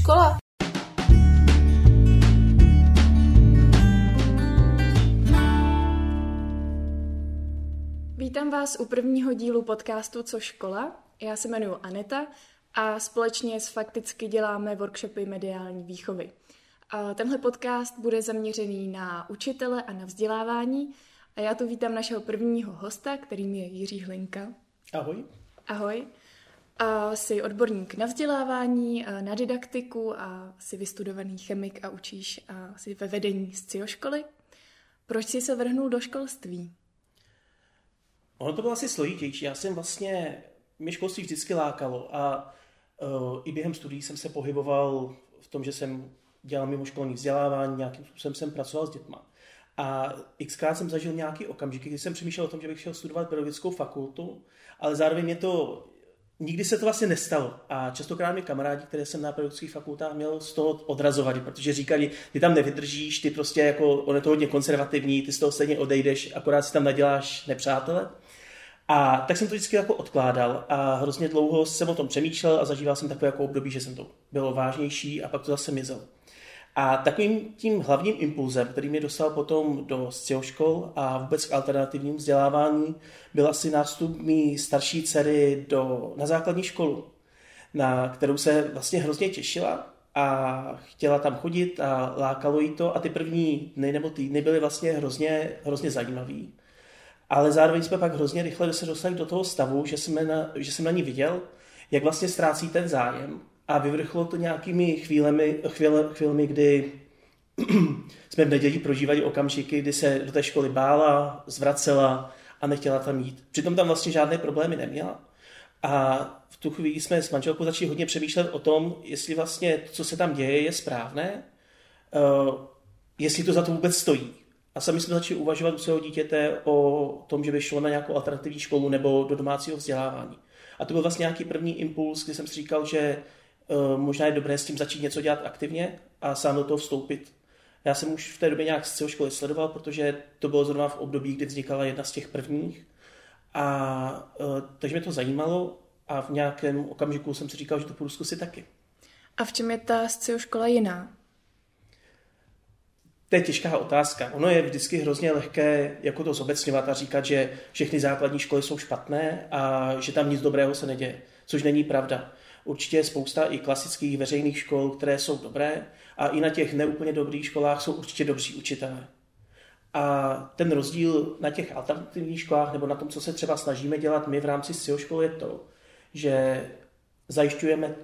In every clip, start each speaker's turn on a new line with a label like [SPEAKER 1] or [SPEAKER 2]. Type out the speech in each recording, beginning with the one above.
[SPEAKER 1] škola.
[SPEAKER 2] Vítám vás u prvního dílu podcastu Co škola? Já se jmenuji Aneta a společně s Fakticky děláme workshopy mediální výchovy. Tenhle podcast bude zaměřený na učitele a na vzdělávání a já tu vítám našeho prvního hosta, kterým je Jiří Hlinka.
[SPEAKER 3] Ahoj.
[SPEAKER 2] Ahoj. Jsi odborník na vzdělávání, na didaktiku a jsi vystudovaný chemik a učíš a jsi ve vedení SCIO školy. Proč jsi se vrhnul do školství?
[SPEAKER 3] Ono to bylo asi složitější. Mě školství vždycky lákalo a i během studií jsem se pohyboval v tom, že jsem dělal mimoškolní vzdělávání, nějakým způsobem jsem pracoval s dětma. A xkrát jsem zažil nějaký okamžiky, kdy jsem přemýšlel o tom, že bych šel studovat pedagogickou fakultu, ale zároveň nikdy se to vlastně nestalo. A častokrát mi kamarádi, které jsem na pedagogických fakultách měl, z toho odrazovali, protože říkali, ty tam nevydržíš, ty prostě on je to hodně konzervativní, ty z toho stejně odejdeš, akorát si tam naděláš nepřátele. A tak jsem to vždycky odkládal a hrozně dlouho jsem o tom přemýšlel a zažíval jsem takové období, že jsem to bylo vážnější a pak to zase mizelo. A takovým tím hlavním impulzem, který mě dostal potom do SCIO škol a vůbec k alternativnímu vzdělávání, byl asi nástup mý starší dcery na základní školu, na kterou se vlastně hrozně těšila a chtěla tam chodit a lákalo jí to a ty první dny nebo týdny byly vlastně hrozně zajímavý. Ale zároveň jsme pak hrozně rychle se dostali do toho stavu, že jsem na ní viděl, jak vlastně ztrácí ten zájem. A vyvrchlo to nějakými chvílemi, kdy jsme v neděli prožívali okamžiky, kdy se do té školy bála, zvracela a nechtěla tam jít. Přitom tam vlastně žádné problémy neměla. A v tu chvíli jsme s manželkou začali hodně přemýšlet o tom, jestli vlastně to, co se tam děje, je správné, jestli to za to vůbec stojí. A sami jsme začali uvažovat u svého dítěte o tom, že by šlo na nějakou alternativní školu nebo do domácího vzdělávání. A to byl vlastně nějaký první impuls, kdy jsem si říkal, že možná je dobré s tím začít něco dělat aktivně a sám do toho vstoupit. Já jsem už v té době nějak SCIO školy sledoval, protože to bylo zrovna v období, kdy vznikala jedna z těch prvních. Takže mě to zajímalo a v nějakém okamžiku jsem si říkal, že to půjdu zkusit taky.
[SPEAKER 2] A v čem je ta SCIO škola jiná?
[SPEAKER 3] To je těžká otázka. Ono je vždycky hrozně lehké jako to zobecňovat a říkat, že všechny základní školy jsou špatné a že tam nic dobrého se neděje, což není pravda. Určitě je spousta i klasických veřejných škol, které jsou dobré a i na těch neúplně dobrých školách jsou určitě dobří učitelé. A ten rozdíl na těch alternativních školách nebo na tom, co se třeba snažíme dělat my v rámci SCIO školy, je to, že zajišťujeme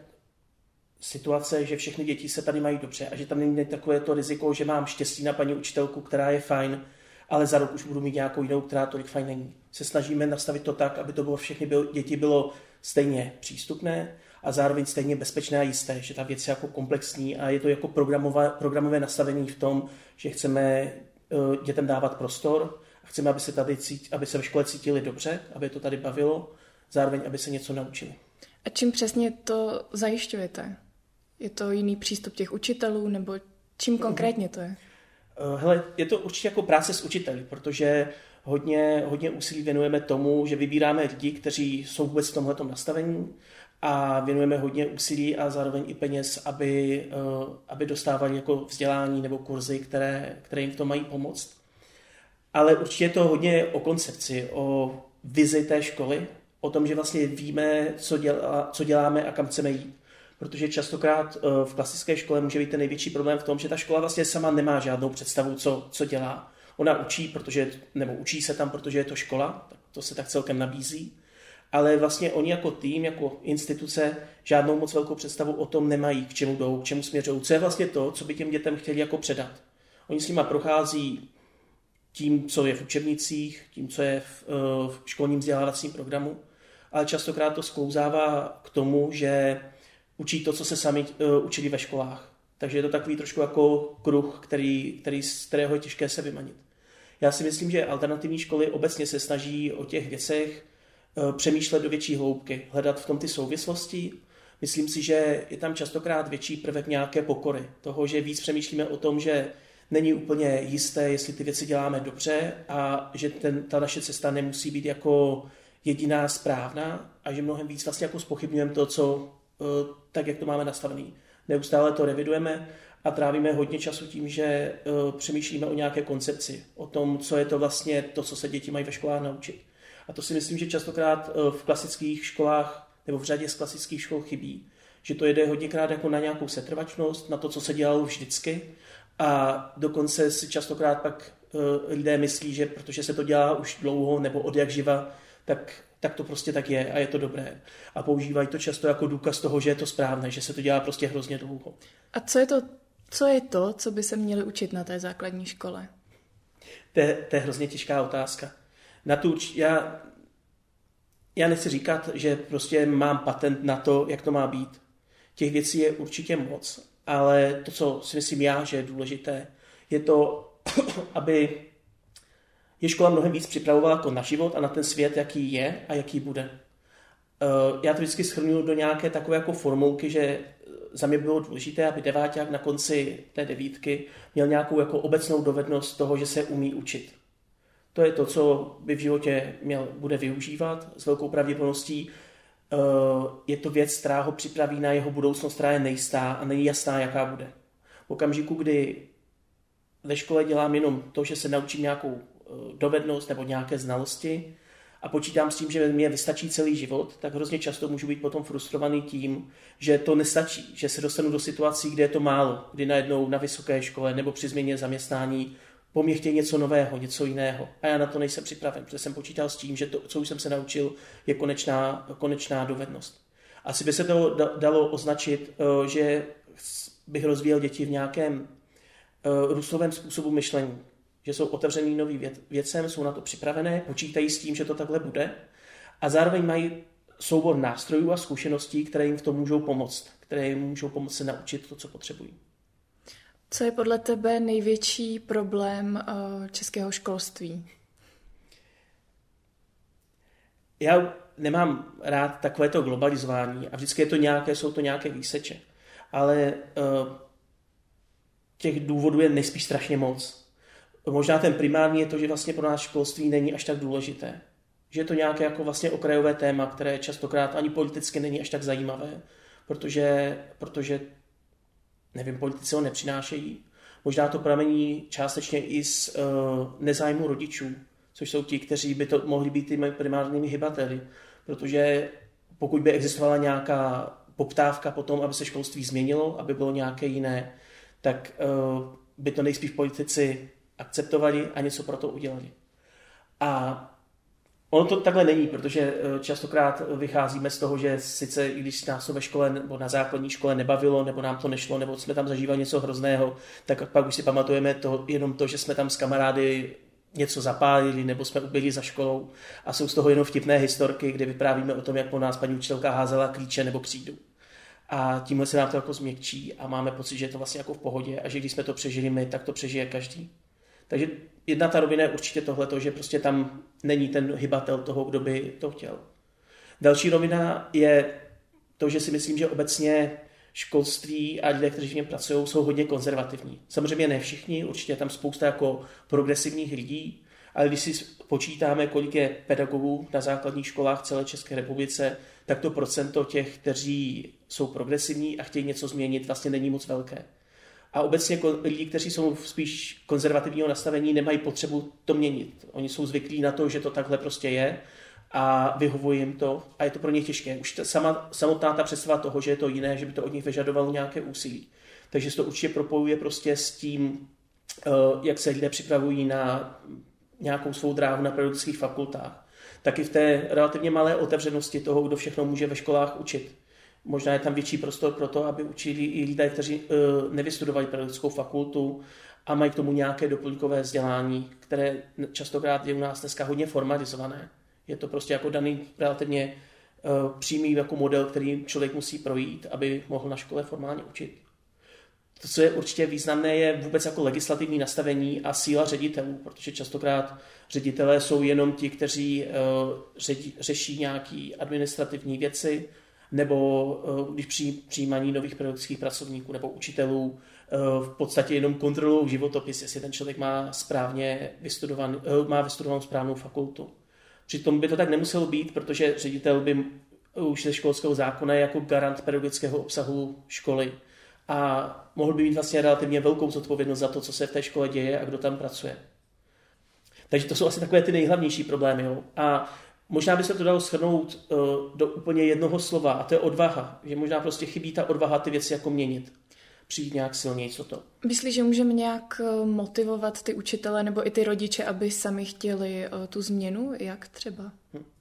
[SPEAKER 3] situace, že všechny děti se tady mají dobře a že tam není takové to riziko, že mám štěstí na paní učitelku, která je fajn, ale za rok už budu mít nějakou jinou, která tolik fajn není. Se snažíme nastavit to tak, aby to bylo děti bylo stejně přístupné a zároveň stejně bezpečné a jisté, že ta věc je jako komplexní a je to jako programové nastavení v tom, že chceme dětem dávat prostor a chceme, aby se ve škole cítili dobře, aby to tady bavilo, zároveň, aby se něco naučili.
[SPEAKER 2] A čím přesně to zajišťujete? Je to jiný přístup těch učitelů, nebo čím konkrétně to je?
[SPEAKER 3] Hele, je to určitě jako práce s učiteli, protože hodně úsilí věnujeme tomu, že vybíráme lidi, kteří jsou vůbec v tomhletom nastavení a věnujeme hodně úsilí a zároveň i peněz, aby dostávali jako vzdělání nebo kurzy, které jim v tom mají pomoct. Ale určitě je to hodně o koncepci, o vizi té školy, o tom, že vlastně víme, co děláme a kam chceme jít. Protože častokrát v klasické škole může být ten největší problém v tom, že ta škola vlastně sama nemá žádnou představu, co dělá. Ona učí se tam, protože je to škola, tak to se tak celkem nabízí, ale vlastně oni jako tým, jako instituce žádnou moc velkou představu o tom nemají, k čemu jdou, k čemu směřují, co je vlastně to, co by těm dětem chtěli jako předat. Oni s nima prochází tím, co je v učebnicích, tím, co je v školním vzdělávacím programu, ale častokrát to sklouzává k tomu, že učí to, co se sami učili ve školách. Takže je to takový trošku jako kruh, z kterého je těžké se vymanit. Já si myslím, že alternativní školy obecně se snaží o těch věcech přemýšlet do větší hloubky, hledat v tom ty souvislosti. Myslím si, že je tam častokrát větší prvek nějaké pokory. Toho, že víc přemýšlíme o tom, že není úplně jisté, jestli ty věci děláme dobře a že ta naše cesta nemusí být jako jediná správná a že mnohem víc vlastně jako zpochybňujeme to, co tak, jak to máme nastavený. Neustále to revidujeme a trávíme hodně času tím, že přemýšlíme o nějaké koncepci, o tom, co je to vlastně to, co se děti mají ve školách naučit. A to si myslím, že častokrát v klasických školách nebo v řadě z klasických škol chybí. Že to jde hodněkrát jako na nějakou setrvačnost, na to, co se dělalo vždycky. A dokonce si častokrát pak lidé myslí, že protože se to dělá už dlouho nebo od jak živa, tak to prostě tak je a je to dobré. A používají to často jako důkaz toho, že je to správné, že se to dělá prostě hrozně dlouho.
[SPEAKER 2] A co je to, co by se měli učit na té základní škole?
[SPEAKER 3] To je hrozně těžká otázka. Já nechci říkat, že prostě mám patent na to, jak to má být. Těch věcí je určitě moc, ale to, co si myslím já, že je důležité, je to, aby je škola mnohem víc připravovala jako na život a na ten svět, jaký je a jaký bude. Já to vždycky shrnu do nějaké takové jako formulky, že za mě bylo důležité, aby deváťák na konci té devítky měl nějakou jako obecnou dovednost toho, že se umí učit. To je to, co by v životě bude využívat s velkou pravděpodobností. Je to věc, která ho připraví na jeho budoucnost, která je nejistá a není jasná, jaká bude. V okamžiku, kdy ve škole dělám jenom to, že se naučím nějakou dovednost nebo nějaké znalosti a počítám s tím, že mě vystačí celý život, tak hrozně často můžu být potom frustrovaný tím, že to nestačí, že se dostanu do situací, kde je to málo, kdy najednou na vysoké škole nebo při změně zaměstnání po mně chtějí něco nového, něco jiného. A já na to nejsem připraven, protože jsem počítal s tím, že to, co už jsem se naučil, je konečná dovednost. Asi by se to dalo označit, že bych rozvíjel děti v nějakém růstovém způsobu myšlení. Že jsou otevřený novým věcem, jsou na to připravené, počítají s tím, že to takhle bude a zároveň mají soubor nástrojů a zkušeností, které jim v tom můžou pomoct, které jim můžou pomoct se naučit to, co potřebují.
[SPEAKER 2] Co je podle tebe největší problém českého školství?
[SPEAKER 3] Já nemám rád takovéto globalizování a vždycky jsou to nějaké výseče, ale těch důvodů je nejspíš strašně moc. Možná ten primární je to, že vlastně pro nás školství není až tak důležité. Že je to nějaké jako vlastně okrajové téma, které častokrát ani politicky není až tak zajímavé, protože nevím, politici ho nepřinášejí. Možná to pramení částečně i z nezájmu rodičů, což jsou ti, kteří by to mohli být těmi primárními hybateli. Protože pokud by existovala nějaká poptávka po tom, aby se školství změnilo, aby bylo nějaké jiné, tak by to nejspíš politici akceptovali a něco pro to udělali. A ono to takhle není, protože častokrát vycházíme z toho, že sice i když nás to ve škole nebo na základní škole nebavilo, nebo nám to nešlo, nebo jsme tam zažívali něco hrozného, tak pak už si pamatujeme jenom to, že jsme tam s kamarády něco zapálili, nebo jsme ubili za školou a jsou z toho jenom vtipné historky, kde vyprávíme o tom, jak po nás paní učitelka házela klíče nebo křídu. A tímhle se nám to jako změkčí a máme pocit, že je to vlastně jako v pohodě a že když jsme to přežili my, tak to přežije každý. Takže jedna ta rovina je určitě tohleto, že prostě tam není ten hybatel toho, kdo by to chtěl. Další rovina je to, že si myslím, že obecně školství a lidé, kteří v něm pracují, jsou hodně konzervativní. Samozřejmě ne všichni, určitě je tam spousta jako progresivních lidí, ale když si počítáme, kolik je pedagogů na základních školách v celé České republice, tak to procento těch, kteří jsou progresivní a chtějí něco změnit, vlastně není moc velké. A obecně lidi, kteří jsou spíš konzervativního nastavení, nemají potřebu to měnit. Oni jsou zvyklí na to, že to takhle prostě je a vyhovuje jim to a je to pro ně těžké. Už samotná ta představa toho, že je to jiné, že by to od nich vyžadovalo nějaké úsilí. Takže se to určitě propojuje prostě s tím, jak se lidé připravují na nějakou svou dráhu na pedagogických fakultách. Taky v té relativně malé otevřenosti toho, kdo všechno může ve školách učit. Možná je tam větší prostor pro to, aby učili i lidé, kteří nevystudovali pedagogickou fakultu a mají k tomu nějaké doplňkové vzdělání, které častokrát je u nás dneska hodně formalizované. Je to prostě jako daný relativně přímý jako model, který člověk musí projít, aby mohl na škole formálně učit. To, co je určitě významné, je vůbec jako legislativní nastavení a síla ředitelů, protože častokrát ředitelé jsou jenom ti, kteří řeší nějaké administrativní věci, nebo když přijímání nových pedagogických pracovníků nebo učitelů v podstatě jenom kontrolují životopis, jestli ten člověk má vystudovanou správnou fakultu. Přitom by to tak nemuselo být, protože ředitel by už ze školského zákona je jako garant pedagogického obsahu školy a mohl by mít vlastně relativně velkou zodpovědnost za to, co se v té škole děje a kdo tam pracuje. Takže to jsou asi takové ty nejhlavnější problémy. Jo? A možná by se to dalo shrnout do úplně jednoho slova, a to je odvaha. Že možná prostě chybí ta odvaha ty věci jako měnit. Přijít nějak silněji, co to.
[SPEAKER 2] Myslíš, že můžeme nějak motivovat ty učitele nebo i ty rodiče, aby sami chtěli tu změnu? Jak třeba?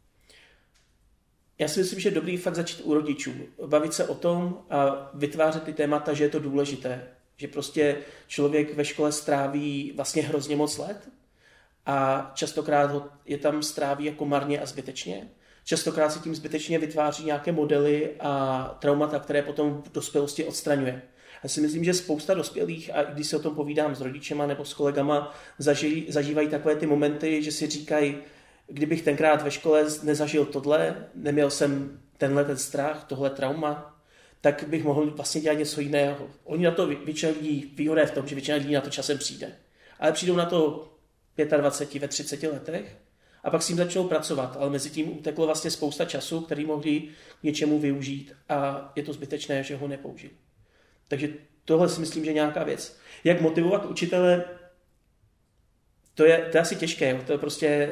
[SPEAKER 3] Já si myslím, že je dobrý fakt začít u rodičů. Bavit se o tom a vytvářet ty témata, že je to důležité. Že prostě člověk ve škole stráví vlastně hrozně moc let a častokrát ho je tam stráví jako marně a zbytečně. Častokrát si tím zbytečně vytváří nějaké modely a traumata, které potom v dospělosti odstraňuje. Já si myslím, že spousta dospělých, a když se o tom povídám s rodičema nebo s kolegama, zažívají takové ty momenty, že si říkají, kdybych tenkrát ve škole nezažil tohle, neměl jsem ten strach, tohle trauma, tak bych mohl vlastně dělat něco jiného. Oni na to většina lidí, výhoda je v tom, že většina lidí na to časem přijde. Ale přijdou na to 25, ve 30 letech a pak s tím začnou pracovat. Ale mezi tím uteklo vlastně spousta času, který mohli k něčemu využít a je to zbytečné, že ho nepoužili. Takže tohle si myslím, že je nějaká věc. Jak motivovat učitele, to je asi těžké. Jo. To je prostě,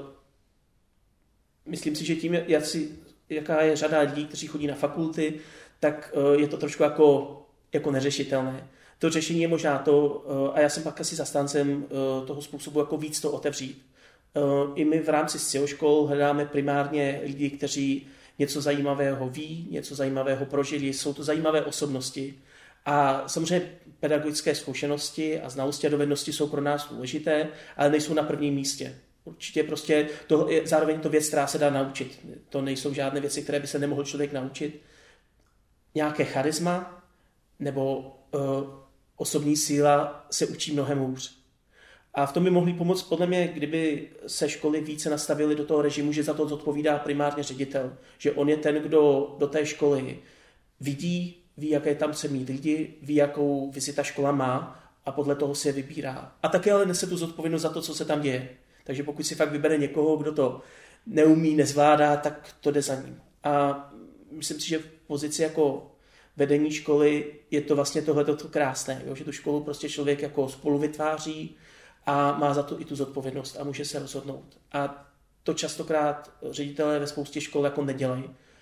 [SPEAKER 3] myslím si, že tím, jaká je řada lidí, kteří chodí na fakulty, tak je to trošku jako neřešitelné. To řešení je možná to, a já jsem pak asi zastáncem toho způsobu, jako víc to otevřít. I my v rámci SCIO-škol hledáme primárně lidi, kteří něco zajímavého ví, něco zajímavého prožili, jsou to zajímavé osobnosti. A samozřejmě pedagogické zkušenosti a znalosti a dovednosti jsou pro nás důležité, ale nejsou na prvním místě. Určitě prostě zároveň to věc, která se dá naučit. To nejsou žádné věci, které by se nemohl člověk naučit. Nějaké charisma nebo osobní síla se učí mnohem hůř. A v tom by mohli pomoct podle mě, kdyby se školy více nastavily do toho režimu, že za to zodpovídá primárně ředitel. Že on je ten, kdo do té školy ví, jaké tam chce mít lidi, ví, jakou vizi ta škola má a podle toho si je vybírá. A také ale nese tu zodpovědnost za to, co se tam děje. Takže pokud si fakt vybere někoho, kdo to neumí, nezvládá, tak to jde za ním. A myslím si, že v pozici jako vedení školy je to vlastně tohleto krásné, jo? Že tu školu prostě člověk jako spolu vytváří a má za to i tu zodpovědnost a může se rozhodnout. A to častokrát ředitelé ve spoustě škol jako nedělají.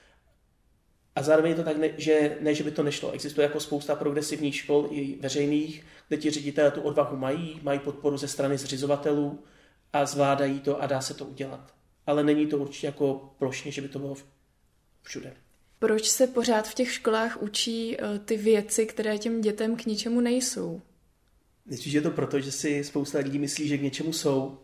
[SPEAKER 3] A zároveň je to tak, že by to nešlo. Existuje jako spousta progresivních škol i veřejných, kde ti ředitelé tu odvahu mají podporu ze strany zřizovatelů a zvládají to a dá se to udělat. Ale není to určitě jako plošně, že by to bylo všude.
[SPEAKER 2] Proč se pořád v těch školách učí ty věci, které těm dětem k ničemu nejsou?
[SPEAKER 3] Myslím, že je to proto, že si spousta lidí myslí, že k něčemu jsou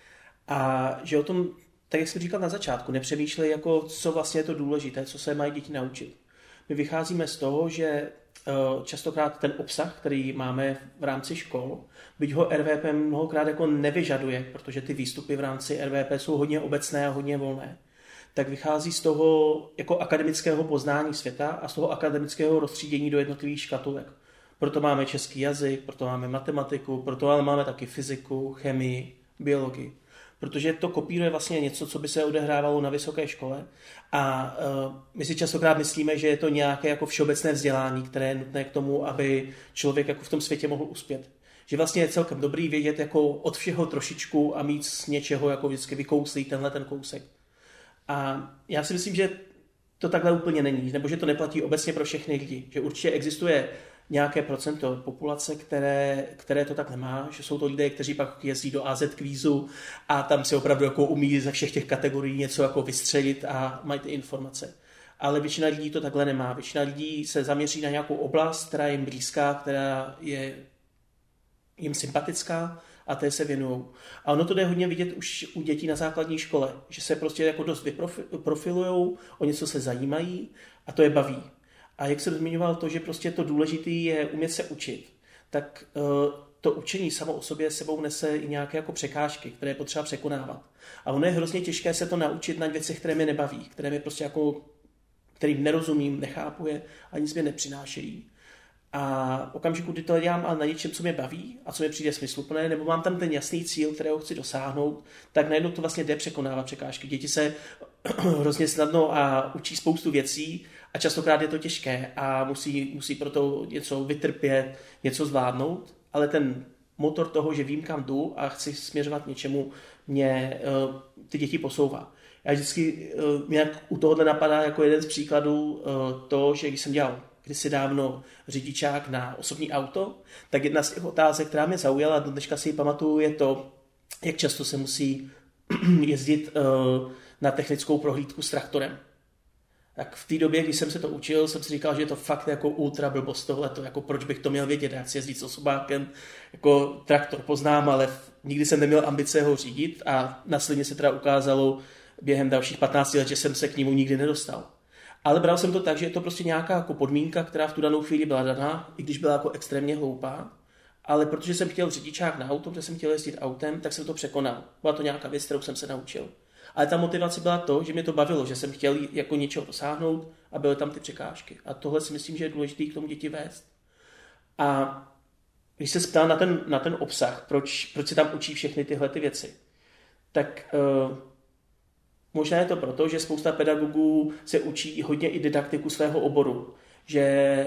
[SPEAKER 3] a že o tom, tak jak jsem říkal na začátku, nepřemýšlej jako, co vlastně je to důležité, co se mají děti naučit. My vycházíme z toho, že častokrát ten obsah, který máme v rámci škol, byť ho RVP mnohokrát jako nevyžaduje, protože ty výstupy v rámci RVP jsou hodně obecné a hodně volné, tak vychází z toho jako akademického poznání světa a z toho akademického rozstřídění do jednotlivých škatulek. Proto máme český jazyk, proto máme matematiku, proto ale máme taky fyziku, chemii, biologii. Protože to kopíruje vlastně něco, co by se odehrávalo na vysoké škole a my si častokrát myslíme, že je to nějaké jako všeobecné vzdělání, které je nutné k tomu, aby člověk jako v tom světě mohl uspět. Že vlastně je celkem dobrý vědět jako od všeho trošičku a mít z něčeho jako vždycky vykouslý tenhle ten kousek. A já si myslím, že to takhle úplně není, nebo že to neplatí obecně pro všechny lidi, že určitě existuje nějaké procento populace, které to takhle má, že jsou to lidé, kteří pak jezdí do AZ kvízu a tam si opravdu jako umí ze všech těch kategorií něco jako vystřelit a mají ty informace. Ale většina lidí to takhle nemá. Většina lidí se zaměří na nějakou oblast, která je jim blízká, která je jim sympatická a té se věnují. A ono to jde hodně vidět už u dětí na základní škole, že se prostě jako dost vyprofilujou, o něco se zajímají a to je baví. A jak jsem zmiňoval to, že prostě to důležité je umět se učit, tak to učení samo o sobě sebou nese i nějaké jako překážky, které je potřeba překonávat. A ono je hrozně těžké se to naučit na věcech, které mě nebaví, které mě prostě jako, kterým nerozumím, nechápu je a nic mě nepřinášejí. A v okamžiku, kdy to dělám ale na něčem, co mě baví a co mi přijde smysluplné, nebo mám tam ten jasný cíl, kterého chci dosáhnout, tak najednou to vlastně jde překonávat překážky. Děti se hrozně snadno a učí spoustu věcí a častokrát je to těžké a musí proto něco vytrpět, něco zvládnout, ale ten motor toho, že vím, kam jdu a chci směřovat něčemu, mě ty děti posouvá. Já vždycky mě u tohohle napadá jako jeden z příkladů to, že když jsem dělal kdysi dávno řidičák na osobní auto, tak jedna z těch otázek, která mě zaujala, do dneška si ji pamatuju, je to, jak často se musí jezdit na technickou prohlídku s traktorem. Tak v té době, když jsem se to učil, jsem si říkal, že je to fakt jako ultra blbost tohleto, jako proč bych to měl vědět, já chci jezdit s osobákem, jako traktor poznám, ale nikdy jsem neměl ambice ho řídit a následně se teda ukázalo během dalších 15 let, že jsem se k němu nikdy nedostal. Ale bral jsem to tak, že je to prostě nějaká jako podmínka, která v tu danou chvíli byla daná, i když byla jako extrémně hloupá. Ale protože jsem chtěl řidičák na auto, protože jsem chtěl jezdit autem, tak jsem to překonal. Byla to nějaká věc, kterou jsem se naučil. Ale ta motivace byla to, že mě to bavilo, že jsem chtěl jako něčeho dosáhnout a byly tam ty překážky. A tohle si myslím, že je důležité k tomu děti vést. A když se ptá na ten obsah, proč se tam učí všechny tyhle ty věci, tak možná je to proto, že spousta pedagogů se učí hodně i didaktiku svého oboru. Že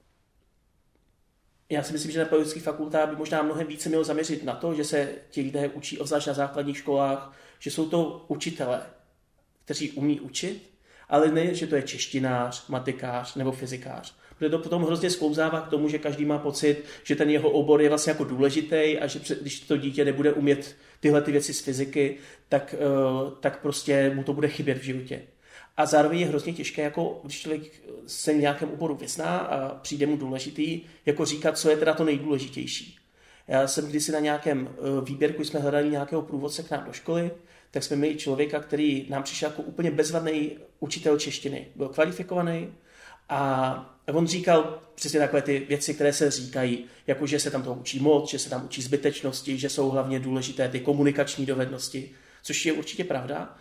[SPEAKER 3] já si myslím, že na pedagogických fakultách by možná mnohem více mělo zaměřit na to, že se ti lidé učí, obzvlášť na základních školách, že jsou to učitelé, kteří umí učit, ale ne, že to je češtinář, matikář nebo fyzikář. Protože to potom hrozně sklouzává k tomu, že každý má pocit, že ten jeho obor je vlastně jako důležitý a že když to dítě nebude umět tyhle ty věci z fyziky, tak prostě mu to bude chybět v životě. A zároveň je hrozně těžké, jako když člověk se v nějakém oboru vyzná a přijde mu důležitý, jako říkat, co je teda to nejdůležitější. Já jsem kdysi na nějakém výběrku, jsme hledali nějakého průvodce k nám do školy, tak jsme měli člověka, který nám přišel jako úplně bezvadný učitel češtiny. Byl kvalifikovaný a on říkal přesně takové ty věci, které se říkají, jako že se tam toho učí moc, že se tam učí zbytečnosti, že jsou hlavně důležité ty komunikační dovednosti, což je určitě pravda.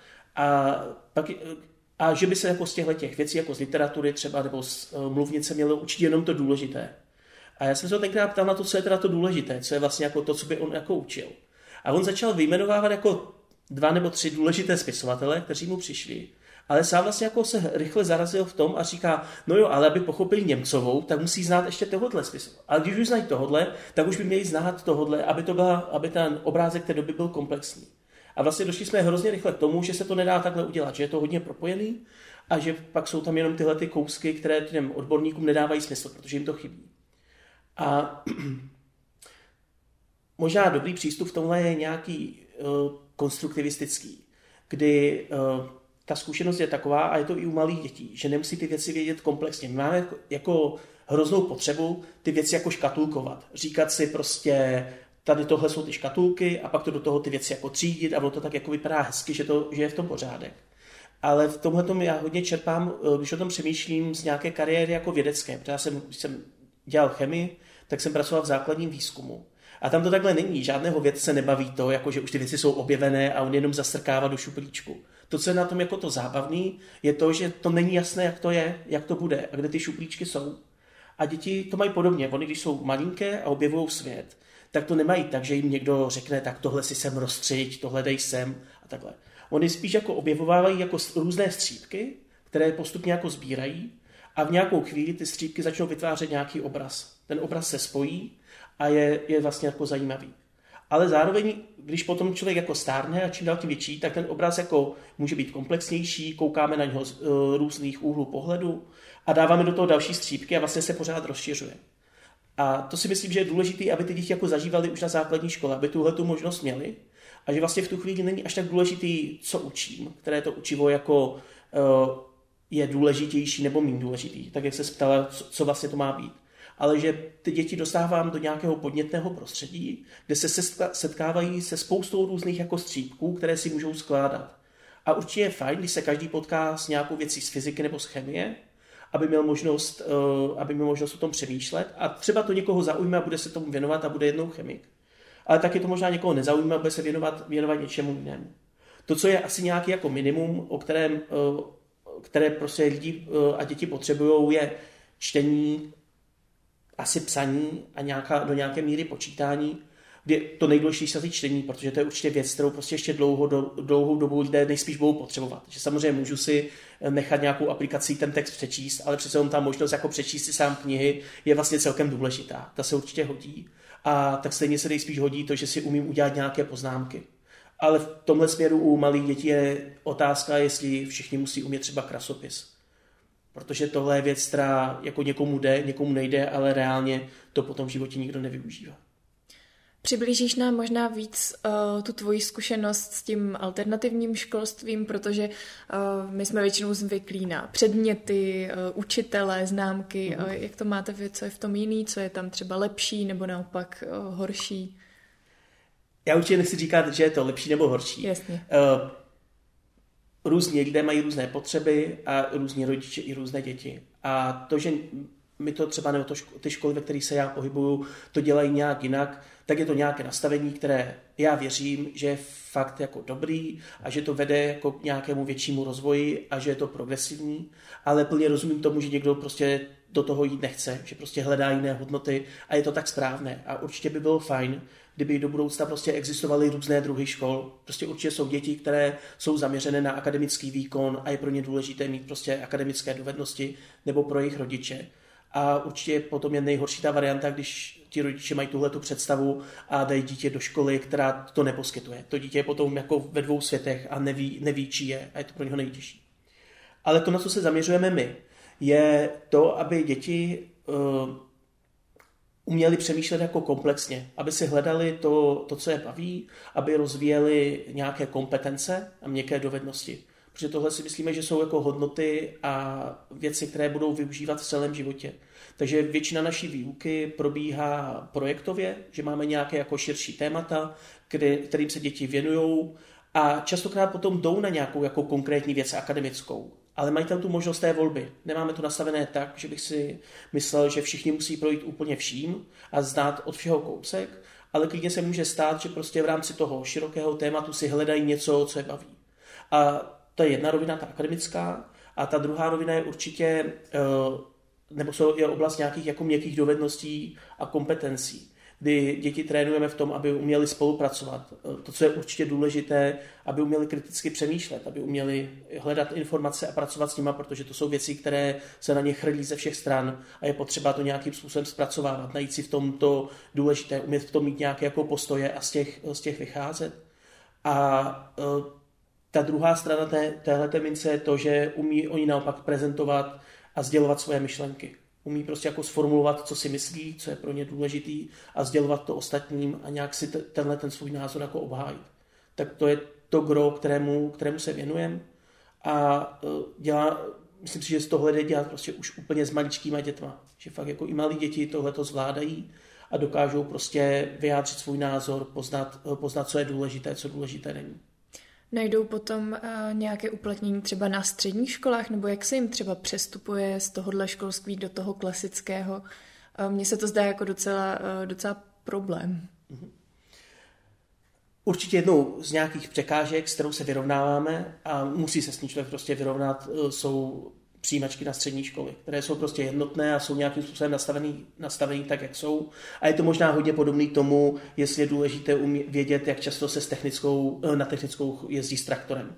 [SPEAKER 3] A že by se jako z těch věcí, jako z literatury třeba nebo z mluvnice mělo učit jenom to důležité. A já jsem se ho tenkrát ptal na to, co je teda to důležité, co je vlastně jako to, co by on jako učil. A on začal vyjmenovávat jako 2 nebo 3 důležité spisovatele, kteří mu přišli. Ale sám vlastně jako se rychle zarazil v tom a říká, no jo, ale aby pochopili Němcovou, tak musí znát ještě tohodle spisovatele. Ale když už znají tohodle, tak už by měli znát tohodle, aby ten obrázek té doby byl komplexní. A vlastně došli jsme hrozně rychle k tomu, že se to nedá takhle udělat, že je to hodně propojený a že pak jsou tam jenom tyhle ty kousky, které těm odborníkům nedávají smysl, protože jim to chybí. A možná dobrý přístup v tomhle je nějaký konstruktivistický, kdy ta zkušenost je taková, a je to i u malých dětí, že nemusí ty věci vědět komplexně. My máme jako hroznou potřebu ty věci jako škatulkovat. Říkat si prostě, tady tohle jsou ty škatulky a pak to do toho ty věci jako třídit a ono to tak jako vypadá hezky, že je v tom pořádek. Ale v tomhletom já hodně čerpám, když o tom přemýšlím, z nějaké kariéry jako vědecké. Protože když jsem dělal chemii, tak jsem pracoval v základním výzkumu. A tam to takhle není. Žádného vědce nebaví to, jako že už ty věci jsou objevené a on jenom zastrkává do šuplíčku. To, co je na tom jako to zábavný, je to, že to není jasné, jak to je, jak to bude a kde ty šuplíčky jsou. A děti to mají podobně. Oni, když jsou malinké a objevují svět, tak to nemají tak, že jim někdo řekne, tak tohle si sem rozstřiď, tohle dej sem a takhle. Oni spíš jako objevovávají jako různé střípky, které postupně jako sbírají a v nějakou chvíli ty střípky začnou vytvářet nějaký obraz. Ten obraz se spojí a je vlastně jako zajímavý. Ale zároveň, když potom člověk jako stárne a čím dál tím větší, tak ten obraz jako může být komplexnější, koukáme na něho z různých úhlů pohledu a dáváme do toho další střípky a vlastně se pořád rozšiřuje. A to si myslím, že je důležité, aby ty děti jako zažívali už na základní škole, aby tuhletu možnost měli a že vlastně v tu chvíli není až tak důležitý, co učím, které to učivo jako je důležitější nebo méně důležitý, tak jak se ptala, co vlastně to má být. Ale že ty děti dostávám do nějakého podnětného prostředí, kde se setkávají se spoustou různých jako střípků, které si můžou skládat. A určitě je fajn, když se každý potká s nějakou věcí z fyziky nebo z chemie, aby měl možnost o tom přemýšlet a třeba to někoho zaujme a bude se tomu věnovat a bude jednou chemik. Ale taky to možná někoho nezaujme a bude se věnovat něčemu jinému. To, co je asi nějaký jako minimum, které prostě lidi a děti potřebují, je čtení asi psaní a do nějaké míry počítání, kdy to nejdůležitější asi čtení, protože to je určitě věc, kterou prostě ještě dlouhou dobu lidé nejspíš budou potřebovat. Že samozřejmě můžu si nechat nějakou aplikací ten text přečíst, ale přece ta možnost jako přečíst si sám knihy je vlastně celkem důležitá. Ta se určitě hodí. A tak stejně se nejspíš hodí to, že si umím udělat nějaké poznámky. Ale v tomhle směru u malých dětí je otázka, jestli všichni musí umět třeba krasopis. Protože tohle je věc, která jako někomu jde, někomu nejde, ale reálně to potom v životě nikdo nevyužívá.
[SPEAKER 2] Přiblížíš nám možná víc tu tvoji zkušenost s tím alternativním školstvím, protože my jsme většinou zvyklí na předměty, učitele, známky. Jak to máte vy, co je v tom jiný, co je tam třeba lepší nebo naopak horší?
[SPEAKER 3] Já určitě nechci říkat, že je to lepší nebo horší.
[SPEAKER 2] Jasně.
[SPEAKER 3] Různí lidé mají různé potřeby a různí rodiče i různé děti. A to, že my to třeba nebo ty školy, ve kterých se já pohybuju, to dělají nějak jinak, tak je to nějaké nastavení, které já věřím, že je fakt jako dobrý a že to vede jako k nějakému většímu rozvoji a že je to progresivní, ale plně rozumím tomu, že někdo prostě do toho jít nechce, že prostě hledá jiné hodnoty a je to tak správné. A určitě by bylo fajn, kdyby do budoucna prostě existovaly různé druhy škol. Prostě určitě jsou děti, které jsou zaměřené na akademický výkon a je pro ně důležité mít prostě akademické dovednosti nebo pro jejich rodiče. A určitě potom je nejhorší ta varianta, když ti rodiče mají tuhletu představu a dají dítě do školy, která to neposkytuje. To dítě je potom jako ve dvou světech a neví čí je a je to pro něho nejtěžší. Ale to, na co se zaměřujeme my, je to, aby děti uměli přemýšlet jako komplexně, aby si hledali to, co je baví, aby rozvíjeli nějaké kompetence a měkké dovednosti. Protože tohle si myslíme, že jsou jako hodnoty a věci, které budou využívat v celém životě. Takže většina naší výuky probíhá projektově, že máme nějaké jako širší témata, kterým se děti věnují a častokrát potom jdou na nějakou jako konkrétní věc akademickou. Ale mají tam tu možnost té volby. Nemáme to nastavené tak, že bych si myslel, že všichni musí projít úplně vším a znát od všeho kousek, ale klidně se může stát, že prostě v rámci toho širokého tématu si hledají něco, co je baví. A to je jedna rovina, ta akademická, a ta druhá rovina je určitě, nebo je oblast nějakých jako měkkých dovedností a kompetencí, kdy děti trénujeme v tom, aby uměli spolupracovat. To, co je určitě důležité, aby uměli kriticky přemýšlet, aby uměli hledat informace a pracovat s nima, protože to jsou věci, které se na ně chrlí ze všech stran a je potřeba to nějakým způsobem zpracovávat, najít si v tom to důležité, umět v tom mít nějaké jako postoje a z těch vycházet. A ta druhá strana téhleté mince je to, že umí oni naopak prezentovat a sdělovat svoje myšlenky. Umí prostě jako sformulovat, co si myslí, co je pro ně důležitý a sdělovat to ostatním a nějak si ten svůj názor jako obhájit. Tak to je to gro, kterému se věnujeme a myslím si, že z toho jde dělat prostě už úplně s maličkýma dětma. Že fakt jako i malí děti tohleto zvládají a dokážou prostě vyjádřit svůj názor, poznat, co je důležité, co důležité není.
[SPEAKER 2] Najdou potom nějaké uplatnění třeba na středních školách, nebo jak se jim třeba přestupuje z tohohle školství do toho klasického? Mně se to zdá jako docela problém.
[SPEAKER 3] Určitě jednou z nějakých překážek, s kterou se vyrovnáváme a musí se s ní člověk prostě vyrovnat, jsou přijímačky na střední školy, které jsou prostě jednotné a jsou nějakým způsobem nastavený tak, jak jsou. A je to možná hodně podobný tomu, jestli je důležité vědět, jak často se na technickou jezdí s traktorem.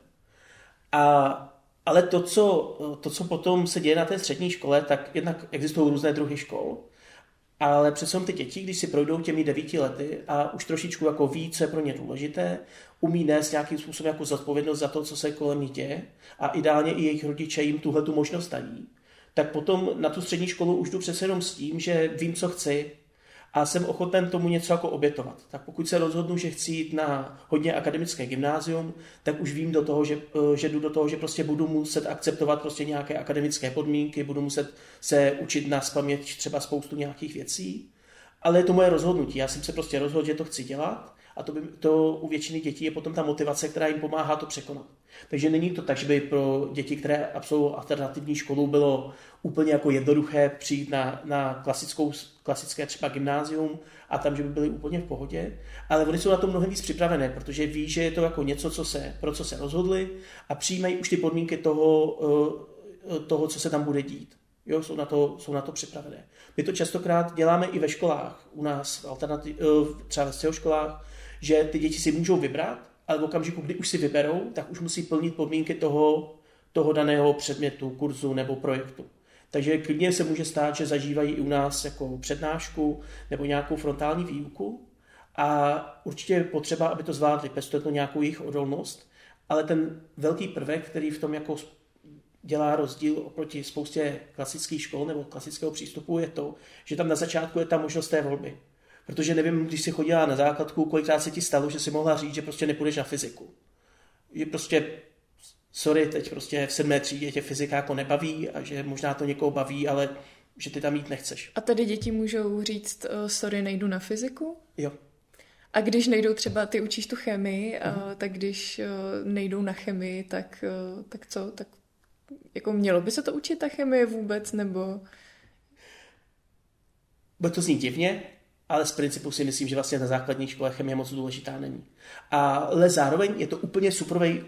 [SPEAKER 3] Ale to, co potom se děje na té střední škole, tak jednak existují různé druhy škol, ale přece ty děti, když si projdou těmi 9 lety a už trošičku jako ví, co je pro ně důležité, umí nést nějakým způsobem jako zodpovědnost za to, co se kolem nich děje a ideálně i jejich rodiče jim tuhletu možnost dají, tak potom na tu střední školu už jdu přece jenom s tím, že vím, co chci a jsem ochoten tomu něco jako obětovat. Tak pokud se rozhodnu, že chci jít na hodně akademické gymnázium, tak už vím že jdu do toho, že prostě budu muset akceptovat prostě nějaké akademické podmínky, budu muset se učit nazpaměť třeba spoustu nějakých věcí, ale je to moje rozhodnutí. Já jsem se prostě rozhodl, že to chci dělat a to u většiny dětí je potom ta motivace, která jim pomáhá to překonat. Takže není to tak, že by pro děti, které absolvují alternativní školu, bylo úplně jako jednoduché přijít na klasické třeba gymnázium a tam, že by byli úplně v pohodě, ale oni jsou na to mnohem víc připravené, protože ví, že je to jako něco, pro co se rozhodli a přijímají už ty podmínky toho, co se tam bude dít. Jo, jsou na to připravené. My to častokrát děláme i ve školách, u nás třeba ve středoškolách, že ty děti si můžou vybrat, ale v okamžiku, kdy už si vyberou, tak už musí plnit podmínky toho daného předmětu, kurzu nebo projektu. Takže klidně se může stát, že zažívají i u nás jako přednášku nebo nějakou frontální výuku a určitě je potřeba, aby to zvládli, pěstuje to nějakou jejich odolnost, ale ten velký prvek, který v tom jako dělá rozdíl oproti spoustě klasických škol nebo klasického přístupu, je to, že tam na začátku je ta možnost té volby. Protože nevím, když jsi chodila na základku, kolikrát se ti stalo, že si mohla říct, že prostě nepůjdeš na fyziku. Že prostě, sorry, teď prostě v 7. třídě tě fyzika jako nebaví a že možná to někoho baví, ale že ty tam jít nechceš.
[SPEAKER 2] A tady děti můžou říct, sorry, nejdu na fyziku?
[SPEAKER 3] Jo.
[SPEAKER 2] A když nejdou třeba, ty učíš tu chemii, tak když nejdou na chemii, tak co? Tak jako mělo by se to učit ta chemie vůbec, nebo...
[SPEAKER 3] Bude to znít divně, ale z principu si myslím, že vlastně na základní škole chemie moc důležitá není. Ale zároveň je to úplně superový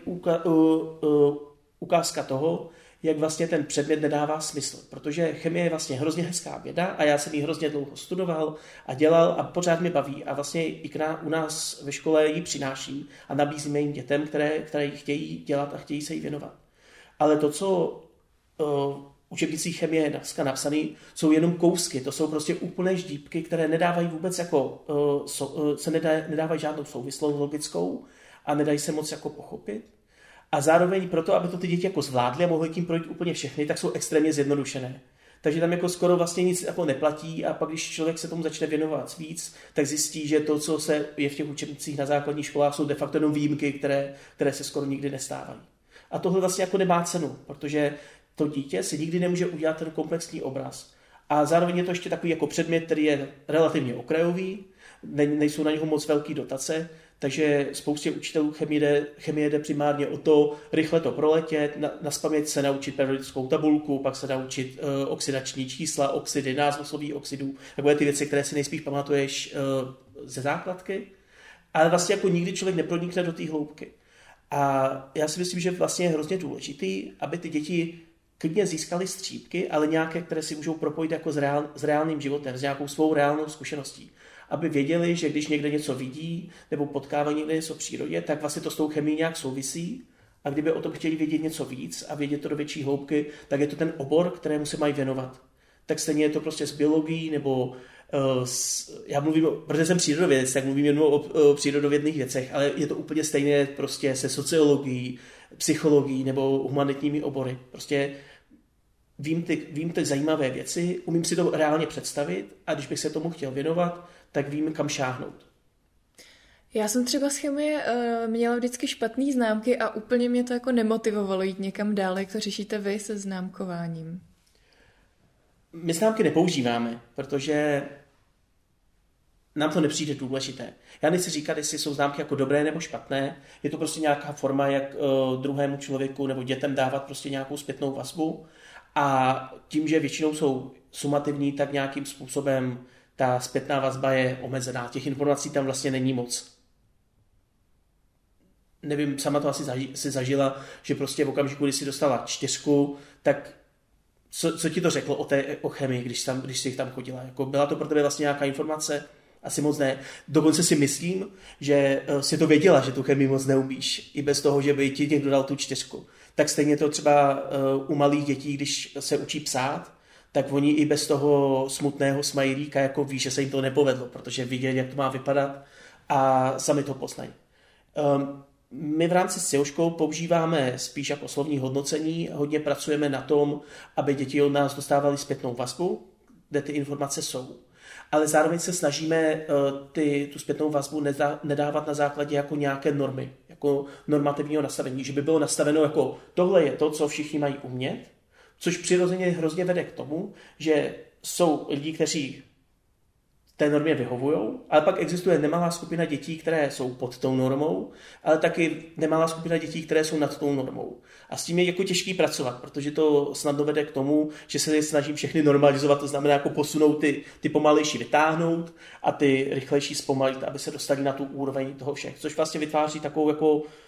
[SPEAKER 3] ukázka toho, jak vlastně ten předmět nedává smysl. Protože chemie je vlastně hrozně hezká věda a já jsem ji hrozně dlouho studoval a dělal a pořád mě baví a vlastně i u nás ve škole ji přináším a nabízíme jim dětem, které ji chtějí dělat a chtějí se jí věnovat. Ale to, co učebnicích chemie dneska napsaný, jsou jenom kousky, to jsou prostě úplné ždípky, které nedávají vůbec jako, nedávají žádnou souvislost logickou a nedají se moc jako pochopit. A zároveň proto, aby to ty děti jako zvládly a mohly tím projít úplně všechny, tak jsou extrémně zjednodušené. Takže tam jako skoro vlastně nic jako neplatí a pak, když člověk se tomu začne věnovat víc, tak zjistí, že to, co se je v těch učebnicích na základních školách, jsou de facto jenom výjimky, které se skoro nikdy nestávají. A tohle vlastně jako nemá cenu, protože to dítě si nikdy nemůže udělat ten komplexní obraz. A zároveň je to ještě takový jako předmět, který je relativně okrajový, nejsou na něho moc velký dotace, takže spoustě učitelů chemie jde primárně o to rychle to proletět, nazpaměť se naučit periodickou tabulku, pak se naučit oxidační čísla, oxidy, názvy slových oxidů, takové ty věci, které si nejspíš pamatuješ ze základky, ale vlastně jako nikdy člověk nepronikne do té hloubky. A já si myslím, že vlastně je hrozně důležitý, aby ty děti klidně získaly střípky, ale nějaké, které si můžou propojit jako s reálným životem, s nějakou svou reálnou zkušeností. Aby věděli, že když někde něco vidí nebo potkávají někde něco v přírodě, tak vlastně to s tou chemií nějak souvisí. A kdyby o tom chtěli vědět něco víc a vědět to do větší hloubky, tak je to ten obor, kterému se mají věnovat. Tak stejně je to prostě s biologií nebo já mluvím, protože jsem přírodovědec, tak mluvím jen o přírodovědných věcech, ale je to úplně stejné prostě se sociologií, psychologií nebo humanitními obory. Prostě vím ty zajímavé věci, umím si to reálně představit a když bych se tomu chtěl věnovat, tak vím, kam šáhnout.
[SPEAKER 2] Já jsem třeba z chemie měla vždycky špatné známky a úplně mě to jako nemotivovalo jít někam dál. Jak to řešíte vy se známkováním?
[SPEAKER 3] My známky nepoužíváme, protože nám to nepřijde důležité. Já nechci říkat, jestli jsou známky jako dobré nebo špatné. Je to prostě nějaká forma, jak druhému člověku nebo dětem dávat prostě nějakou zpětnou vazbu. A tím, že většinou jsou sumativní, tak nějakým způsobem ta zpětná vazba je omezená. Těch informací tam vlastně není moc. Nevím, sama to asi si zažila, že prostě v okamžiku, kdy si dostala 4, tak co ti to řeklo o chemii, když jsi tam chodila? Jako byla to pro tebe vlastně nějaká informace? Asi moc ne. Dokonce si myslím, že si to věděla, že tu chemii moc neumíš. I bez toho, že by ti někdo dal tu 4. Tak stejně to třeba u malých dětí, když se učí psát, tak oni i bez toho smutného smajlíka jako ví, že se jim to nepovedlo, protože viděli, jak to má vypadat a sami to poznají. My v rámci SEO škol používáme spíš jako slovní hodnocení, hodně pracujeme na tom, aby děti od nás dostávaly zpětnou vazbu, kde ty informace jsou. Ale zároveň se snažíme tu zpětnou vazbu nedávat na základě jako nějaké normy, jako normativního nastavení, že by bylo nastaveno jako tohle je to, co všichni mají umět, což přirozeně hrozně vede k tomu, že jsou lidi, kteří té normě vyhovujou, ale pak existuje nemalá skupina dětí, které jsou pod tou normou, ale taky nemalá skupina dětí, které jsou nad tou normou. A s tím je jako těžký pracovat, protože to snadno vede k tomu, že se snažím všechny normalizovat, to znamená jako posunout ty pomalejší vytáhnout a ty rychlejší zpomalit, aby se dostali na tu úroveň toho všech, což vlastně vytváří takovou jako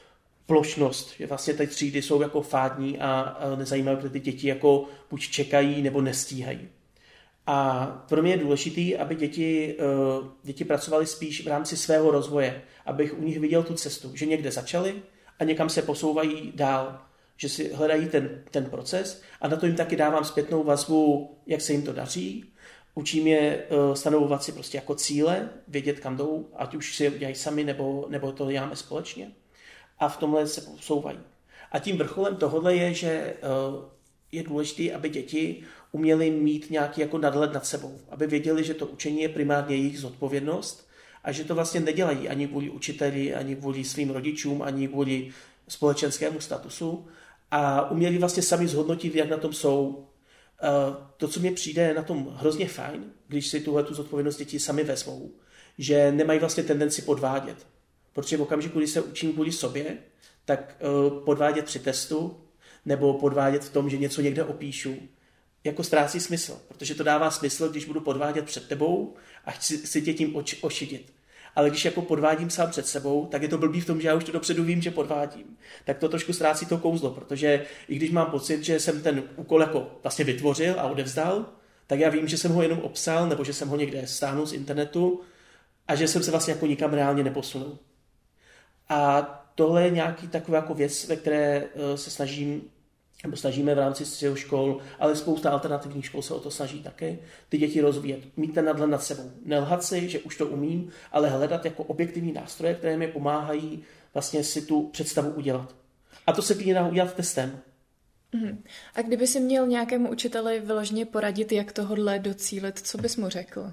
[SPEAKER 3] plošnost, že vlastně ty třídy jsou jako fádní a nezajímavé, protože ty děti jako buď čekají nebo nestíhají. A pro mě je důležité, aby děti pracovaly spíš v rámci svého rozvoje, abych u nich viděl tu cestu, že někde začali a někam se posouvají dál, že si hledají ten proces a na to jim taky dávám zpětnou vazbu, jak se jim to daří. Učím je stanovovat si prostě jako cíle, vědět, kam jdou, ať už si je udělají sami, nebo to děláme společně. A v tomhle se posouvají. A tím vrcholem tohohle je, že je důležité, aby děti uměly mít nějaký jako nadhled nad sebou. Aby věděli, že to učení je primárně jejich zodpovědnost a že to vlastně nedělají ani kvůli učiteli, ani kvůli svým rodičům, ani kvůli společenskému statusu. A uměli vlastně sami zhodnotit, jak na tom jsou. To, co mě přijde na tom hrozně fajn, když si tu zodpovědnost děti sami vezmou, že nemají vlastně tendenci podvádět. Protože v okamžiku, kdy se učím kvůli sobě, tak podvádět při testu nebo podvádět v tom, že něco někde opíšu, jako ztrácí smysl. Protože to dává smysl, když budu podvádět před tebou a chci tě tím ošidit. Ale když jako podvádím sám před sebou, tak je to blbý v tom, že já už to dopředu vím, že podvádím. Tak to trošku ztrácí to kouzlo, protože i když mám pocit, že jsem ten úkol jako vlastně vytvořil a odevzdal, tak já vím, že jsem ho jenom obsal nebo že jsem ho někde stáhnul z internetu a že jsem se vlastně jako nikam reálně neposunul. A tohle je nějaký taková jako věc, ve které se snažíme v rámci středních škol, ale spousta alternativních škol se o to snaží také, ty děti rozvíjet, mít ten nadhled nad sebou. Nelhat si, že už to umím, ale hledat jako objektivní nástroje, které mi pomáhají vlastně si tu představu udělat. A to se klidně dá udělat testem.
[SPEAKER 2] A kdyby si měl nějakému učiteli vyloženě poradit, jak tohodle docílit, co bys mu řekl?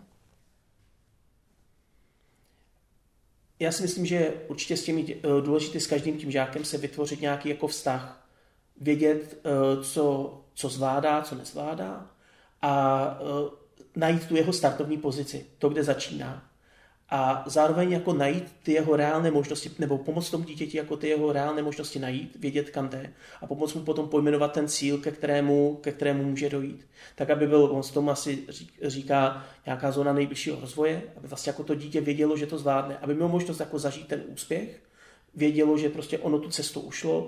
[SPEAKER 3] Já si myslím, že určitě s těmi důležité s každým tím žákem se vytvořit nějaký jako vztah. Vědět, co zvládá, co nezvládá a najít tu jeho startovní pozici, to, kde začíná. A zároveň jako najít ty jeho reálné možnosti, nebo pomoct tomu dítěti jako ty jeho reálné možnosti najít, vědět, kam jde a pomoct mu potom pojmenovat ten cíl, ke kterému může dojít. Tak, aby byl, on s tomu asi říká nějaká zóna nejbližšího rozvoje, aby vlastně jako to dítě vědělo, že to zvládne, aby mělo možnost jako zažít ten úspěch, vědělo, že prostě ono tu cestu ušlo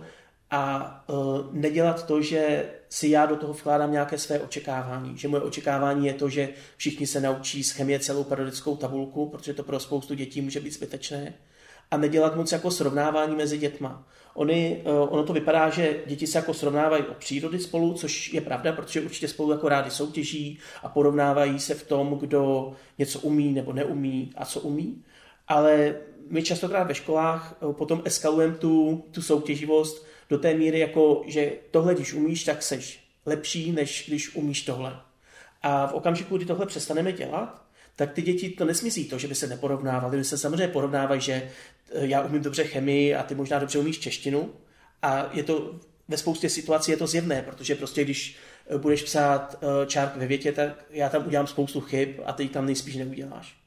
[SPEAKER 3] a nedělat to, že si já do toho vkládám nějaké své očekávání. Že moje očekávání je to, že všichni se naučí z chemie celou periodickou tabulku, protože to pro spoustu dětí může být zbytečné. A nedělat moc jako srovnávání mezi dětma. Ono to vypadá, že děti se jako srovnávají o přírody spolu, což je pravda, protože určitě spolu jako rádi soutěží a porovnávají se v tom, kdo něco umí nebo neumí a co umí. Ale my častokrát ve školách potom eskalujeme tu soutěživost do té míry, jako, že tohle, když umíš, tak seš lepší, než když umíš tohle. A v okamžiku, kdy tohle přestaneme dělat, tak ty děti to nesmyslí to, že by se neporovnávali. Oni se samozřejmě porovnávají, že já umím dobře chemii a ty možná dobře umíš češtinu. A je to ve spoustě situací je to zjevné, protože prostě když budeš psát čárky ve větě, tak já tam udělám spoustu chyb a ty tam nejspíš neuděláš.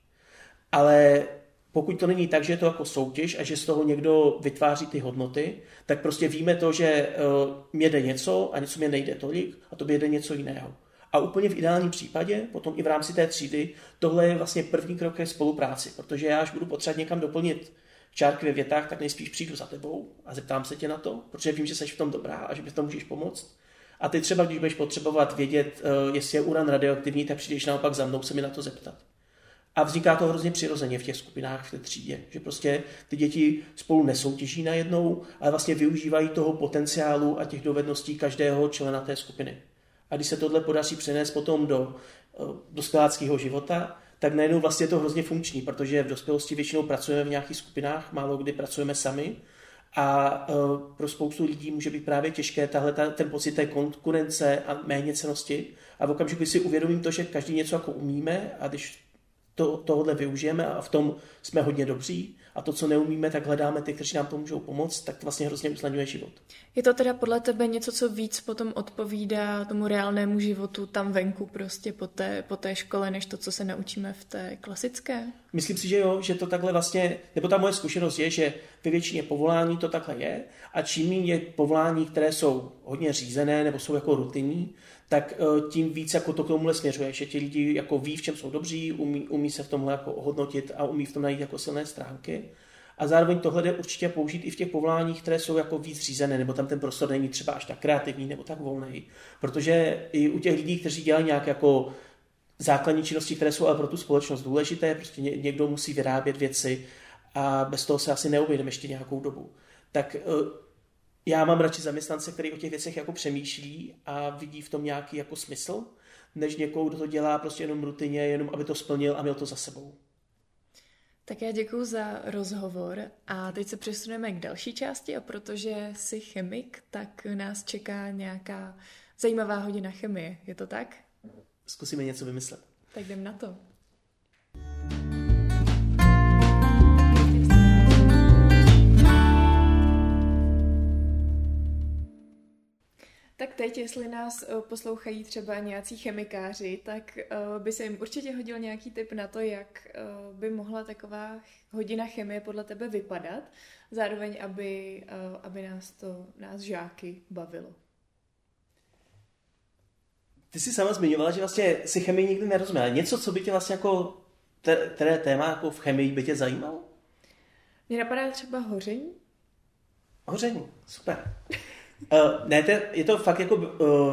[SPEAKER 3] Ale pokud to není tak, že je to jako soutěž a že z toho někdo vytváří ty hodnoty, tak prostě víme to, že mě jde něco a něco mě nejde tolik a tobě jde něco jiného. A úplně v ideálním případě, potom i v rámci té třídy, tohle je vlastně první krok ke spolupráci, protože já až budu potřebovat někam doplnit čárky ve větách, tak nejspíš přijdu za tebou a zeptám se tě na to, protože vím, že jsi v tom dobrá a že mi v tom můžeš pomoct. A ty třeba, když budeš potřebovat vědět, jestli je uran radioaktivní, tak přijdeš naopak za mnou se mi na to zeptat. A vzniká to hrozně přirozeně v těch skupinách, v té třídě, že prostě ty děti spolu nesoutěží najednou, ale vlastně využívají toho potenciálu a těch dovedností každého člena té skupiny. A když se tohle podaří přenést potom do dospěláckého života, tak najednou vlastně je to hrozně funkční, protože v dospělosti většinou pracujeme v nějakých skupinách, málo kdy pracujeme sami a pro spoustu lidí může být právě těžké ten pocit té konkurence a méněcennosti. A v okamžiku, kdy si uvědomím to, že každý něco jako umíme a když tohle využijeme a v tom jsme hodně dobří a to, co neumíme, tak hledáme ty, kteří nám to můžou pomoct, tak to vlastně hrozně usnadňuje život.
[SPEAKER 2] Je to teda podle tebe něco, co víc potom odpovídá tomu reálnému životu tam venku prostě po té škole, než to, co se naučíme v té klasické?
[SPEAKER 3] Myslím si, že jo, že to takhle vlastně, nebo ta moje zkušenost je, že ve většině povolání to takhle je a čím méně je povolání, které jsou hodně řízené nebo jsou jako rutinní, tak tím víc jako to k tomuhle směřuje, že ti lidi jako ví, v čem jsou dobří, umí se v tomhle jako ohodnotit a umí v tom najít jako silné stránky. A zároveň tohle jde určitě použít i v těch povoláních, které jsou jako víc řízené, nebo tam ten prostor není třeba až tak kreativní nebo tak volný. Protože i u těch lidí, kteří dělají nějak jako základní činnosti, které jsou ale pro tu společnost důležité, prostě někdo musí vyrábět věci a bez toho se asi neobjedeme ještě nějakou dobu. Tak já mám radši zaměstnance, který o těch věcech jako přemýšlí a vidí v tom nějaký jako smysl, než někoho, kdo to dělá prostě jenom rutině, jenom aby to splnil a měl to za sebou.
[SPEAKER 2] Tak já děkuju za rozhovor a teď se přesuneme k další části a protože jsi chemik, tak nás čeká nějaká zajímavá hodina chemie. Je to tak?
[SPEAKER 3] Zkusíme něco vymyslet.
[SPEAKER 2] Tak jdem na to. Tak teď, jestli nás poslouchají třeba nějací chemikáři, tak by se jim určitě hodil nějaký tip na to, jak by mohla taková hodina chemie podle tebe vypadat, zároveň, aby nás žáky bavilo.
[SPEAKER 3] Ty jsi sama zmiňovala, že vlastně si chemii nikdy nerozuměla. Něco, co by tě vlastně jako, které téma jako v chemii by tě zajímalo?
[SPEAKER 2] Mně napadá třeba hoření.
[SPEAKER 3] Hoření, super. Ne, je to fakt jako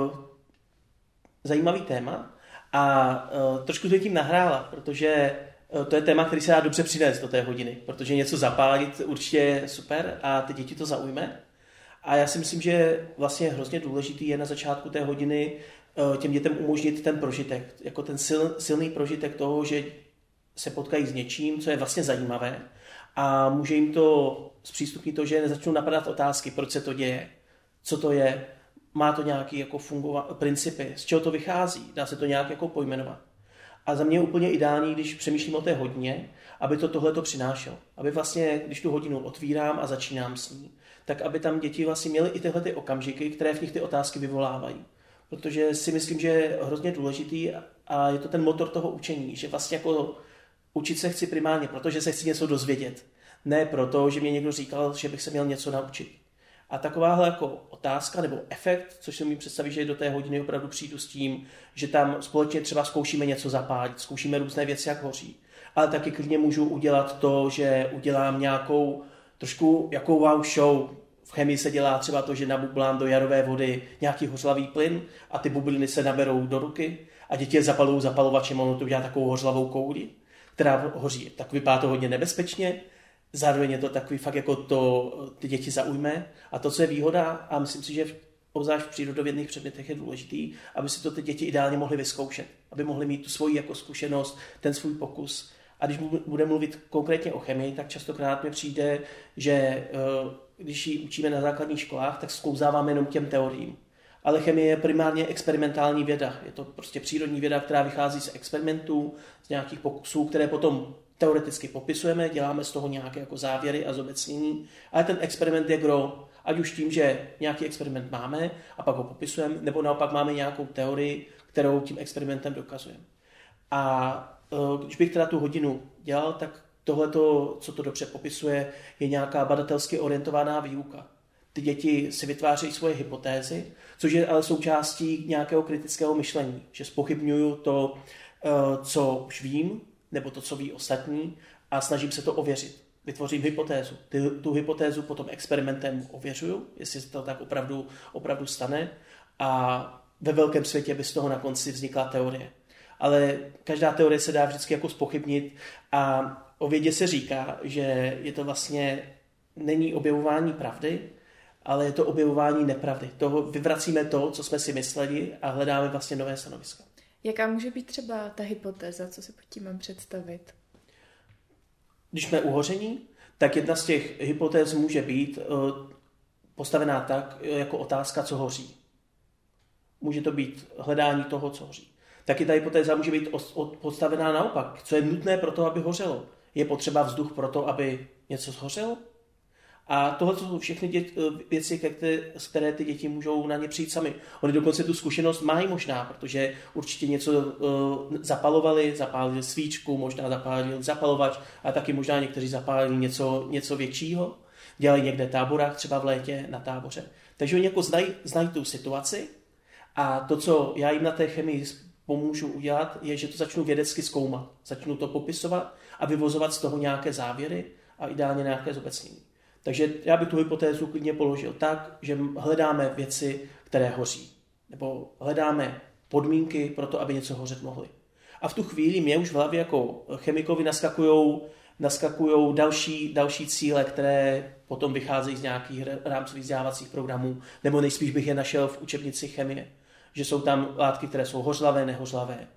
[SPEAKER 3] zajímavý téma a trošku to tím nahrála, protože to je téma, který se dá dobře přinést do té hodiny, protože něco zapálit určitě je super a ty děti to zaujme. A já si myslím, že vlastně hrozně důležitý je na začátku té hodiny těm dětem umožnit ten prožitek, jako ten silný prožitek toho, že se potkají s něčím, co je vlastně zajímavé a může jim to zpřístupnit to, že nezačnou napadat otázky, proč se to děje, co to je, má to nějaké jako principy, z čeho to vychází, dá se to nějak jako pojmenovat. A za mě je úplně ideální, když přemýšlím o té hodině, aby to tohleto přinášelo. Aby vlastně, když tu hodinu otvírám a začínám s ní, tak aby tam děti vlastně měly i tyhle ty okamžiky, které v nich ty otázky vyvolávají. Protože si myslím, že je hrozně důležitý a je to ten motor toho učení, že vlastně jako učit se chci primárně, protože se chci něco dozvědět. Ne proto, že mě někdo říkal, že bych se měl něco naučit. A takováhle jako otázka nebo efekt, což si mi představí, že do té hodiny opravdu přijdu s tím, že tam společně třeba zkoušíme něco zapálit, zkoušíme různé věci, jak hoří. Ale taky klidně můžu udělat to, že udělám nějakou trošku jako wow show. V chemii se dělá třeba to, že nabublám do jarové vody nějaký hořlavý plyn a ty bubliny se naberou do ruky a děti je zapalují zapalovačem, ono to udělá takovou hořlavou kouli, která hoří. Tak vypadá to hodně nebezpečně, zároveň je to takový fakt jako to ty děti zaujme. A to, co je výhoda, a myslím si, že obzvlášť v přírodovědných předmětech je důležitý, aby si to ty děti ideálně mohly vyzkoušet, aby mohly mít tu svoji jako zkušenost, ten svůj pokus. A když budeme mluvit konkrétně o chemii, tak častokrát mi přijde, že když ji učíme na základních školách, tak sklouzáváme jenom těm teoriím. Ale chemie je primárně experimentální věda. Je to prostě přírodní věda, která vychází z experimentů, z nějakých pokusů, které potom teoreticky popisujeme, děláme z toho nějaké jako závěry a zobecnění. Ale ten experiment je gro, ať už tím, že nějaký experiment máme a pak ho popisujeme, nebo naopak máme nějakou teorii, kterou tím experimentem dokazujeme. A když bych teda tu hodinu dělal, tak tohleto, co to dobře popisuje, je nějaká badatelsky orientovaná výuka. Ty děti si vytvářejí svoje hypotézy, což je ale součástí nějakého kritického myšlení, že zpochybňuju to, co už vím, nebo to, co ví ostatní, a snažím se to ověřit. Vytvořím hypotézu. Tu hypotézu potom experimentem ověřuju, jestli se to tak opravdu stane, a ve velkém světě by z toho na konci vznikla teorie. Ale každá teorie se dá vždycky jako zpochybnit a o vědě se říká, že je to vlastně není objevování pravdy, ale je to objevování nepravdy. Vyvracíme to, co jsme si mysleli, a hledáme vlastně nové stanoviska.
[SPEAKER 2] Jaká může být třeba ta hypotéza, co si pod tím mám představit?
[SPEAKER 3] Když jsme uhoření, tak jedna z těch hypotéz může být postavená tak, jako otázka, co hoří. Může to být hledání toho, co hoří. Taky ta hypotéza může být postavená naopak. Co je nutné pro to, aby hořelo? Je potřeba vzduch pro to, aby něco zhořelo? A tohle jsou všechny věci, které ty děti můžou na ně přijít sami. Oni dokonce tu zkušenost mají možná, protože určitě něco zapálili svíčku, možná zapálili zapalovač, a taky možná někteří zapálili něco většího. Dělali někde táborák, třeba v létě na táboře. Takže oni jako znají tu situaci, a to, co já jim na té chemii pomůžu udělat, je, že to začnu vědecky zkoumat. Začnu to popisovat a vyvozovat z toho nějaké závěry a ideálně na nějaké zobecnění. Takže já bych tu hypotézu klidně položil tak, že hledáme věci, které hoří. Nebo hledáme podmínky pro to, aby něco hořet mohly. A v tu chvíli mě už v hlavě jako chemikovi naskakují další cíle, které potom vycházejí z nějakých rámcových vzdělávacích programů, nebo nejspíš bych je našel v učebnici chemie. Že jsou tam látky, které jsou hořlavé, nehořlavé.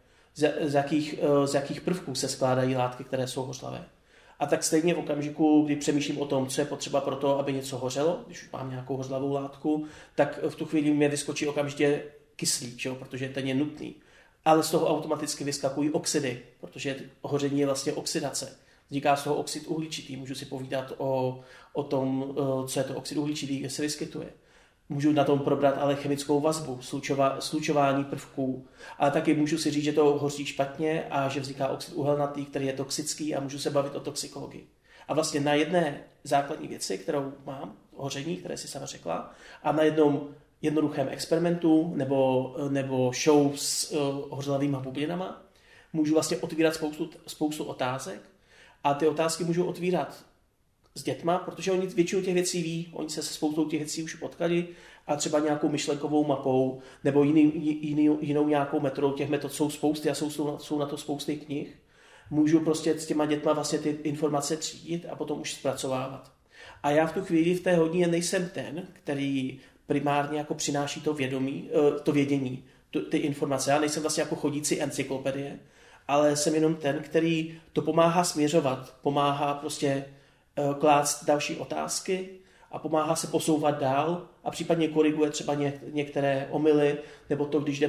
[SPEAKER 3] Z jakých prvků se skládají látky, které jsou hořlavé. A tak stejně v okamžiku, kdy přemýšlím o tom, co je potřeba pro to, aby něco hořelo, když už mám nějakou hořlavou látku, tak v tu chvíli mě vyskočí okamžitě kyslík, protože ten je nutný. Ale z toho automaticky vyskakují oxidy, protože hoření je vlastně oxidace. Vzniká z toho oxid uhličitý. Můžu si povídat o tom, co je to oxid uhličitý, kde se vyskytuje. Můžu na tom probrat ale chemickou vazbu, slučování prvků, ale taky můžu si říct, že to hoří špatně a že vzniká oxid uhelnatý, který je toxický a můžu se bavit o toxikologii. A vlastně na jedné základní věci, kterou mám, hoření, které si sama řekla, a na jednom jednoduchém experimentu nebo show s hořlavýma bublinama můžu vlastně otvírat spoustu otázek a ty otázky můžu otvírat s dětma, protože oni většinu těch věcí ví, oni se spoustou těch věcí už potkali a třeba nějakou myšlenkovou mapou nebo jinou nějakou metodou, těch metod jsou spousty a jsou na to spousty knih, můžu prostě s těma dětma vlastně ty informace třídit a potom už zpracovávat. A já v tu chvíli v té hodině nejsem ten, který primárně jako přináší to vědění, ty informace. Já nejsem vlastně jako chodící encyklopedie, ale jsem jenom ten, který to pomáhá směřovat, pomáhá prostě klást další otázky a pomáhá se posouvat dál a případně koriguje třeba některé omyly nebo to, když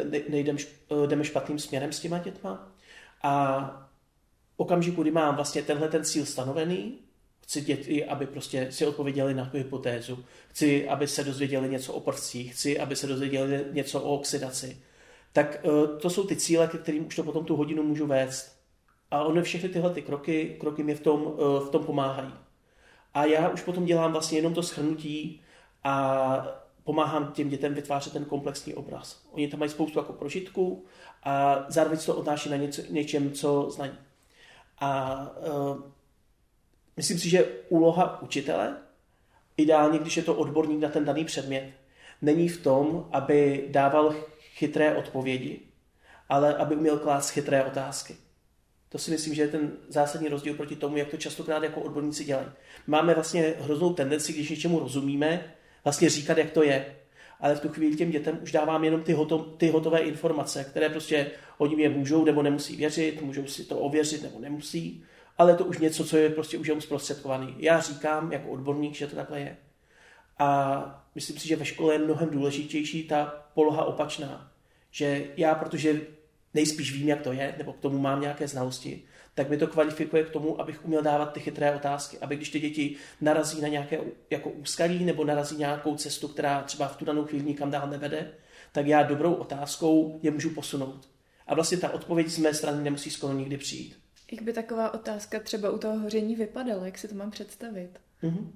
[SPEAKER 3] jdeme špatným směrem s těma dětma. A v okamžiku, kdy mám vlastně tenhle ten cíl stanovený, chci děti, aby prostě si odpověděli na tu hypotézu, chci, aby se dozvěděli něco o prvcích, chci, aby se dozvěděli něco o oxidaci, tak to jsou ty cíle, ke kterým už to potom tu hodinu můžu vést. A ono všechny tyhle ty kroky mě v tom pomáhají. A já už potom dělám vlastně jenom to shrnutí a pomáhám těm dětem vytvářet ten komplexní obraz. Oni tam mají spoustu jako prožitků a zároveň se to odnáší na něčem, co znají. A myslím si, že úloha učitele, ideálně, když je to odborník na ten daný předmět, není v tom, aby dával chytré odpovědi, ale aby uměl klást chytré otázky. To si myslím, že je ten zásadní rozdíl proti tomu, jak to častokrát jako odborníci dělají. Máme vlastně hroznou tendenci, když něčemu rozumíme, vlastně říkat, jak to je. Ale v tu chvíli těm dětem už dávám jenom ty hotové informace, které prostě oni mě můžou nebo nemusí věřit, můžou si to ověřit nebo nemusí, ale je to už něco, co je prostě už zprostředkovaný. Já říkám jako odborník, že to takhle je. A myslím si, že ve škole je mnohem důležitější ta poloha opačná. Že já, protože nejspíš vím, jak to je, nebo k tomu mám nějaké znalosti, tak mi to kvalifikuje k tomu, abych uměl dávat ty chytré otázky. Aby když ty děti narazí na nějaké jako úskalí nebo narazí nějakou cestu, která třeba v tu danou chvíli nikam dál nevede, tak já dobrou otázkou je můžu posunout. A vlastně ta odpověď z mé strany nemusí skoro nikdy přijít.
[SPEAKER 2] Jak by taková otázka třeba u toho hoření vypadala? Jak si to mám představit?
[SPEAKER 3] Mm-hmm.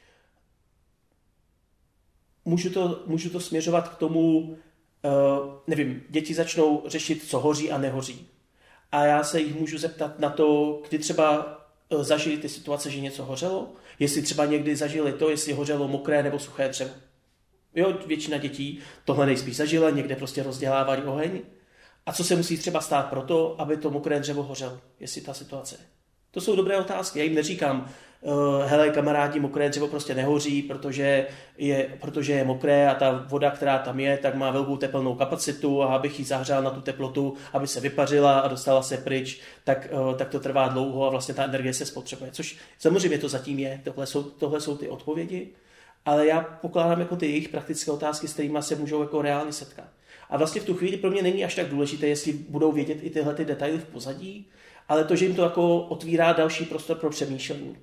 [SPEAKER 3] Můžu to směřovat k tomu, nevím, děti začnou řešit, co hoří a nehoří. A já se jich můžu zeptat na to, kdy třeba zažili ty situace, že něco hořelo, jestli třeba někdy zažili to, jestli hořelo mokré nebo suché dřevo. Jo, většina dětí tohle nejspíš zažila, někde prostě rozdělávají oheň. A co se musí třeba stát pro to, aby to mokré dřevo hořelo, jestli ta situace. To jsou dobré otázky. Já jim neříkám, hele kamarádi, mokré dřevo prostě nehoří, protože je mokré a ta voda, která tam je, tak má velkou teplnou kapacitu a abych ji zahřál na tu teplotu, aby se vypařila a dostala se pryč, tak to trvá dlouho a vlastně ta energie se spotřebuje. Což samozřejmě to zatím je, tohle jsou ty odpovědi, ale já pokládám jako ty jejich praktické otázky, s kterými se můžou jako reálně setkat. A vlastně v tu chvíli pro mě není až tak důležité, jestli budou vědět i tyhle ty detaily v pozadí, ale to, že jim to jako otvírá další prostor pro přemýšlení.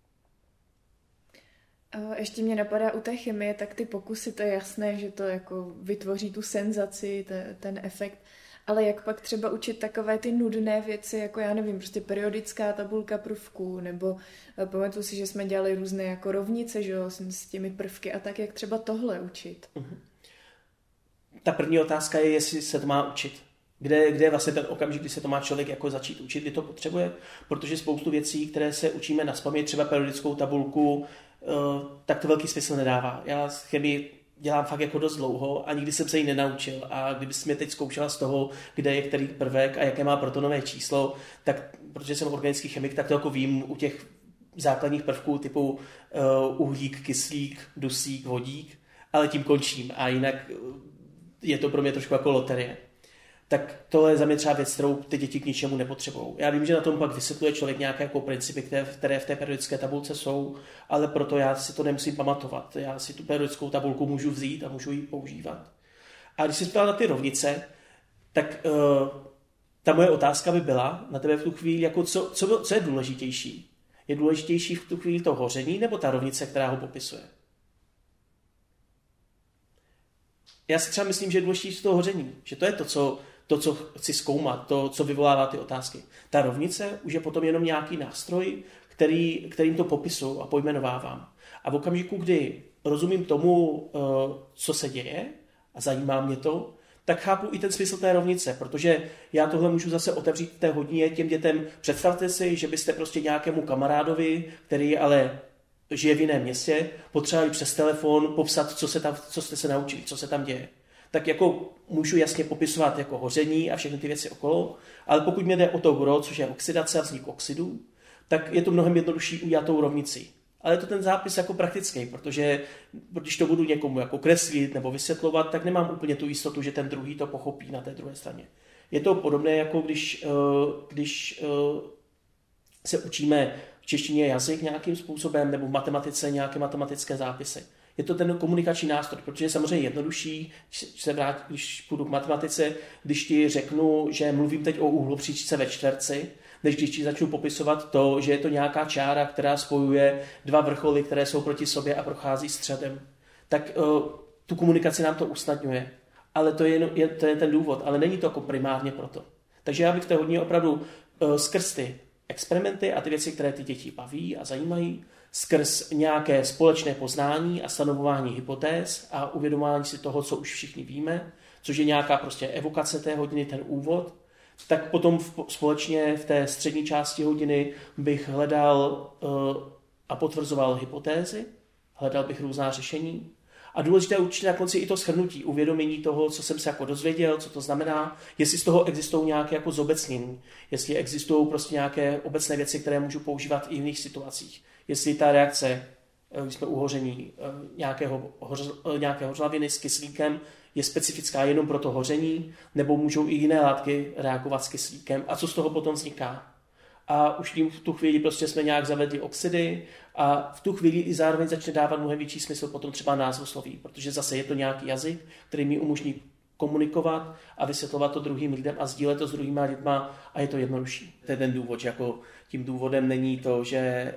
[SPEAKER 2] Ještě mě napadá u té chemie, tak ty pokusy, to je jasné, že to jako vytvoří tu senzaci, ten efekt, ale jak pak třeba učit takové ty nudné věci, jako já nevím, prostě periodická tabulka prvků, nebo pamatuju si, že jsme dělali různé jako rovnice, že jo, s těmi prvky a tak, jak třeba tohle učit.
[SPEAKER 3] Ta první otázka je, jestli se to má učit. Kde je vlastně ten okamžik, kdy se to má člověk jako začít učit, kdy to potřebuje, protože spoustu věcí, které se učíme nazpaměť, třeba periodickou tabulku, tak to velký smysl nedává. Já chemii dělám fakt jako dost dlouho a nikdy jsem se ji nenaučil. A kdybys mě teď zkoušela z toho, kde je který prvek a jaké má protonové číslo, tak protože jsem organický chemik, tak to jako vím u těch základních prvků typu uhlík, kyslík, dusík, vodík, ale tím končím a jinak je to pro mě trošku jako loterie. Tak tohle je za mě třeba věc, kterou ty děti k ničemu nepotřebují. Já vím, že na tom pak vysvětluje člověk nějaké jako principy, které v té periodické tabulce jsou, ale proto já si to nemusím pamatovat. Já si tu periodickou tabulku můžu vzít a můžu ji používat. A když jsi ptala na ty rovnice, tak ta moje otázka by byla na tebe v tu chvíli, jako co je důležitější? Je důležitější v tu chvíli to hoření nebo ta rovnice, která ho popisuje? Já si třeba myslím, že je důležitější to hoření, že to je to, co chci zkoumat, to, co vyvolává ty otázky. Ta rovnice už je potom jenom nějaký nástroj, kterým to popisuju a pojmenovávám. A v okamžiku, kdy rozumím tomu, co se děje a zajímá mě to, tak chápu i ten smysl té rovnice, protože já tohle můžu zase otevřít v té hodině těm dětem. Představte si, že byste prostě nějakému kamarádovi, který ale žije v jiném městě, potřebovali přes telefon popsat, co jste se naučili, co se tam děje. Tak jako můžu jasně popisovat jako hoření a všechny ty věci okolo, ale pokud mě jde o to gro, což je oxidace a vznik oxidů, tak je to mnohem jednodušší udělat tou rovnicí. Ale je to ten zápis jako praktický, protože když to budu někomu jako kreslit nebo vysvětlovat, tak nemám úplně tu jistotu, že ten druhý to pochopí na té druhé straně. Je to podobné, jako když se učíme v češtině jazyk nějakým způsobem nebo v matematice nějaké matematické zápisy. Je to ten komunikační nástroj, protože je samozřejmě jednodušší, když půjdu k matematice, když ti řeknu, že mluvím teď o úhlopříčce ve čtverci, než když ti začnu popisovat to, že je to nějaká čára, která spojuje dva vrcholy, které jsou proti sobě a prochází středem. Tak tu komunikaci nám to usnadňuje. Ale to je ten důvod, ale není to jako primárně proto. Takže já bych v té hodině opravdu skrz ty experimenty a ty věci, které ty děti baví a zajímají, skrz nějaké společné poznání a stanovování hypotéz a uvědomování si toho, co už všichni víme, což je nějaká prostě evokace té hodiny, ten úvod, tak potom společně v té střední části hodiny bych hledal a potvrzoval hypotézy, hledal bych různá řešení. A důležité je určitě na konci i to shrnutí, uvědomění toho, co jsem se jako dozvěděl, co to znamená, jestli z toho existují nějaké jako zobecnění, jestli existují prostě nějaké obecné věci, které můžu používat i v jiných situacích. Jestli ta reakce, když jsme uhoření nějaké hořlaviny s kyslíkem, je specifická jenom pro to hoření, nebo můžou i jiné látky reagovat s kyslíkem a co z toho potom vzniká. A už v tu chvíli prostě jsme nějak zavedli oxidy a v tu chvíli i zároveň začne dávat mnohem větší smysl potom třeba názvosloví, protože zase je to nějaký jazyk, který mi umožní komunikovat a vysvětlovat to druhým lidem a sdílet to s druhýma lidma a je to jednodušší. To je ten důvod, že jako tím důvodem není to, že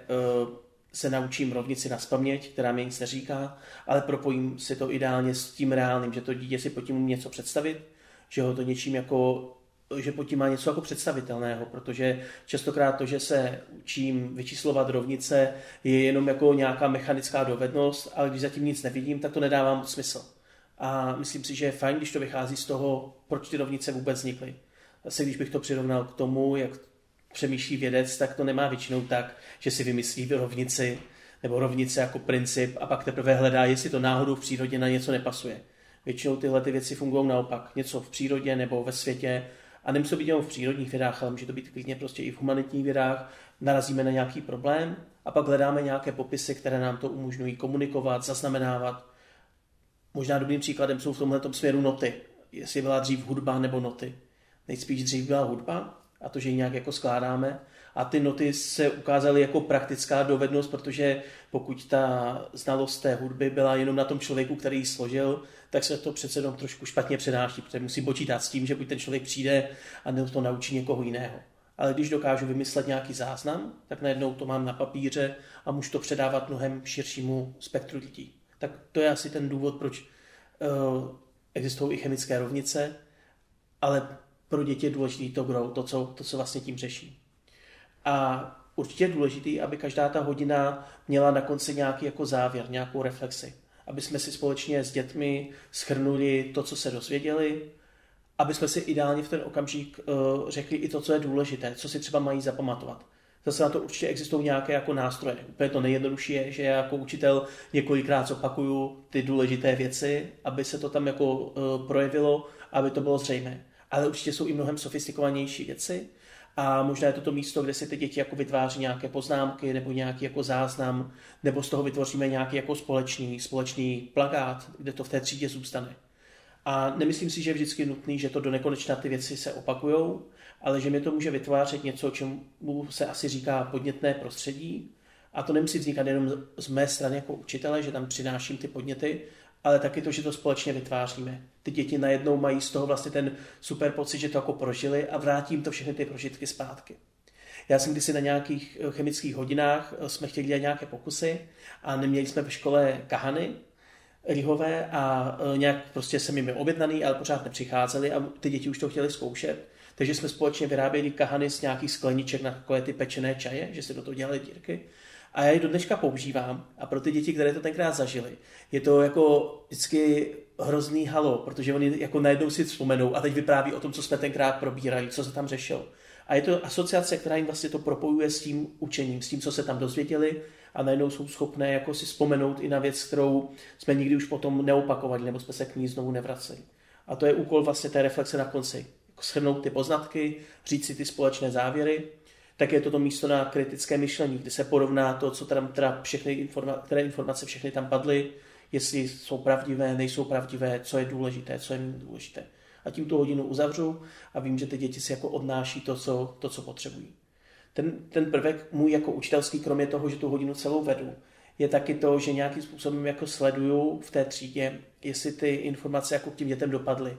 [SPEAKER 3] se naučím rovnici nazpaměť, která mi nic neříká, ale propojím si to ideálně s tím reálným, že to dítě si pod tím umí něco představit, že ho to něčím jako, že pod tím má něco jako představitelného, protože častokrát to, že se učím vyčíslovat rovnice, je jenom jako nějaká mechanická dovednost, ale když zatím nic nevidím, tak to nedává moc smysl. A myslím si, že je fajn, když to vychází z toho, proč ty rovnice vůbec vznikly. Zase když bych to přirovnal k tomu, jak přemýšlí vědec, tak to nemá většinou tak, že si vymyslí rovnici nebo rovnice jako princip a pak teprve hledá, jestli to náhodou v přírodě na něco nepasuje. Většinou tyhle ty věci fungují naopak. Něco v přírodě nebo ve světě. A nemusí to být jenom v přírodních vědách, ale může to být klidně prostě i v humanitních vědách. Narazíme na nějaký problém a pak hledáme nějaké popisy, které nám to umožňují komunikovat, zaznamenávat. Možná dobrým příkladem jsou v tomhletom směru noty. Jestli byla dřív hudba nebo noty. Nejspíš dřív byla hudba a to, že ji nějak jako skládáme. A ty noty se ukázaly jako praktická dovednost, protože pokud ta znalost té hudby byla jenom na tom člověku, který ji složil, tak se to přece jenom trošku špatně přenáší, protože musí počítat s tím, že buď ten člověk přijde a to naučí někoho jiného. Ale když dokážu vymyslet nějaký záznam, tak najednou to mám na papíře a můžu to předávat mnohem širšímu spektru lidí. Tak to je asi ten důvod, proč existují i chemické rovnice, ale pro děti je důležité to grow, to, co vlastně tím řeší. A určitě je důležité, aby každá ta hodina měla na konci nějaký jako závěr, nějakou reflexi. Aby jsme si společně s dětmi shrnuli to, co se dozvěděli aby jsme si ideálně v ten okamžik řekli i to, co je důležité, co si třeba mají zapamatovat. Zase na to určitě existují nějaké jako nástroje. Úplně to nejjednodušší je, že já jako učitel několikrát zopakuju ty důležité věci, aby se to tam jako projevilo, aby to bylo zřejmé. Ale určitě jsou i mnohem sofistikovanější věci a možná je to to místo, kde si ty děti jako vytváří nějaké poznámky nebo nějaký jako záznam, nebo z toho vytvoříme nějaký jako společný plakát, kde to v té třídě zůstane. A nemyslím si, že je vždycky nutný, že to do nekonečna ty věci se opakujou, ale že mi to může vytvářet něco, čemu se asi říká podnětné prostředí. A to nemusí vznikat jenom z mé strany jako učitele, že tam přináším ty podněty, ale taky to, že to společně vytváříme. Ty děti najednou mají z toho vlastně ten super pocit, že to jako prožili a vrátím to všechny ty prožitky zpátky. Já jsem kdysi na nějakých chemických hodinách jsme chtěli dělat nějaké pokusy a neměli jsme ve škole kahany rihové a nějak prostě jsem jim objednaný, ale pořád nepřicházeli a ty děti už to chtěli zkoušet. Takže jsme společně vyráběli kahany z nějakých skleniček na takové ty pečené čaje, že se do toho dělali dírky. A já je do dneška používám a pro ty děti, které to tenkrát zažili, je to jako vždycky hrozný halo, protože oni jako najednou si vzpomenou a teď vypráví o tom, co jsme tenkrát probírali, co se tam řešilo. A je to asociace, která jim vlastně to propojuje s tím učením, s tím, co se tam dozvěděli a najednou jsou schopné jako si vzpomenout i na věc, kterou jsme nikdy už potom neopakovali nebo jsme se k ní znovu nevraceli. A to je úkol vlastně té reflexe na konci. Shrnout ty poznatky, říct si ty společné závěry, tak je to místo na kritické myšlení, kde se porovná to, co tam teda které informace všechny tam padly, jestli jsou pravdivé, nejsou pravdivé, co je důležité, co je méně důležité. A tím tu hodinu uzavřu a vím, že ty děti si jako odnáší to, co potřebují. Ten prvek můj jako učitelský, kromě toho, že tu hodinu celou vedu, je taky to, že nějakým způsobem jako sleduju v té třídě, jestli ty informace jako k těm dětem dopadly.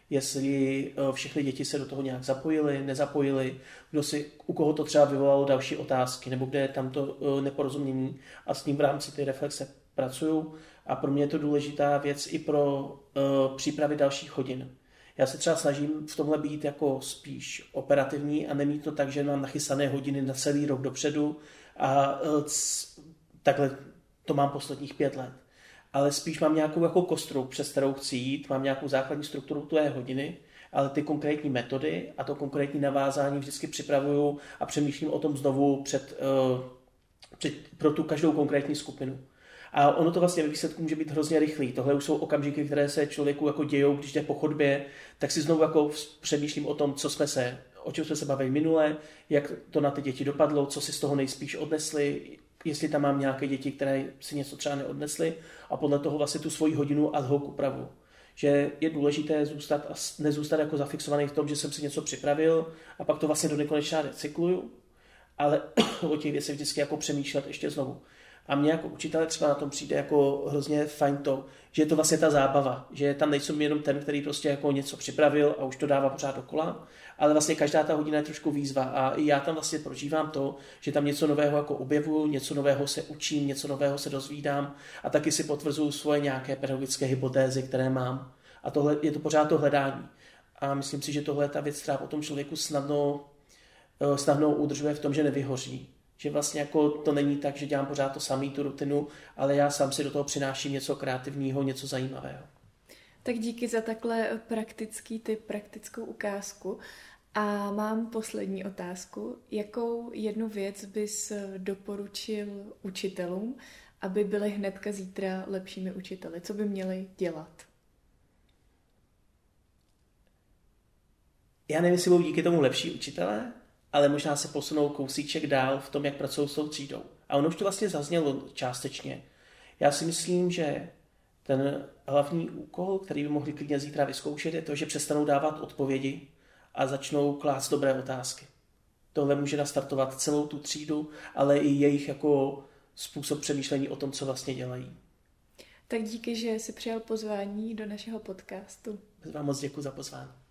[SPEAKER 3] Jestli všechny děti se do toho nějak zapojily, nezapojily, u koho to třeba vyvolalo další otázky, nebo kde je tam to neporozumění a s ním v rámci ty reflexe pracuju. A pro mě je to důležitá věc i pro přípravy dalších hodin. Já se třeba snažím v tomhle být jako spíš operativní a nemít to tak, že mám nachystané hodiny na celý rok dopředu a takhle to mám posledních 5 let. Ale spíš mám nějakou jako kostru, přes kterou chci jít, mám nějakou základní strukturu té hodiny, ale ty konkrétní metody a to konkrétní navázání vždycky připravuju a přemýšlím o tom znovu pro tu každou konkrétní skupinu. A ono to vlastně ve výsledku může být hrozně rychlý. Tohle už jsou okamžiky, které se člověku jako dějou, když jde po chodbě, tak si znovu jako přemýšlím o tom, o čem jsme se bavili minule, jak to na ty děti dopadlo, co si z toho nejspíš odnesli, jestli tam mám nějaké děti, které si něco třeba neodnesly a podle toho vlastně tu svoji hodinu ad hoc upravu. Že je důležité nezůstat jako zafixovaný v tom, že jsem si něco připravil a pak to vlastně do nekonečna recykluju, ale o těch věcech vždycky jako přemýšlet ještě znovu. A mě jako učitele třeba na tom přijde jako hrozně fajn to, že je to vlastně ta zábava, že tam nejsem jenom ten, který prostě jako něco připravil a už to dává pořád dokola, ale vlastně každá ta hodina je trošku výzva a i já tam vlastně prožívám to, že tam něco nového jako objevuju, něco nového se učím, něco nového se dozvídám a taky si potvrzuju svoje nějaké pedagogické hypotézy, které mám. A tohle je to pořád to hledání. A myslím si, že tohle je ta věc, která potom člověku snadno udržuje v tom, že nevyhoří. Že vlastně jako to není tak, že dělám pořád to samý, tu rutinu, ale já sám si do toho přináším něco kreativního, něco zajímavého.
[SPEAKER 2] Tak díky za takhle praktický tip, praktickou ukázku. A mám poslední otázku. Jakou jednu věc bys doporučil učitelům, aby byli hnedka zítra lepšími učiteli? Co by měli dělat?
[SPEAKER 3] Já nevím, jestli budou díky tomu lepší učitelé, ale možná se posunou kousíček dál v tom, jak pracují s tou třídou. A ono už to vlastně zaznělo částečně. Já si myslím, že ten hlavní úkol, který by mohli klidně zítra vyzkoušet, je to, že přestanou dávat odpovědi a začnou klást dobré otázky. Tohle může nastartovat celou tu třídu, ale i jejich jako způsob přemýšlení o tom, co vlastně dělají.
[SPEAKER 2] Tak díky, že jsi přijal pozvání do našeho podcastu.
[SPEAKER 3] Vám moc děkuji za pozvání.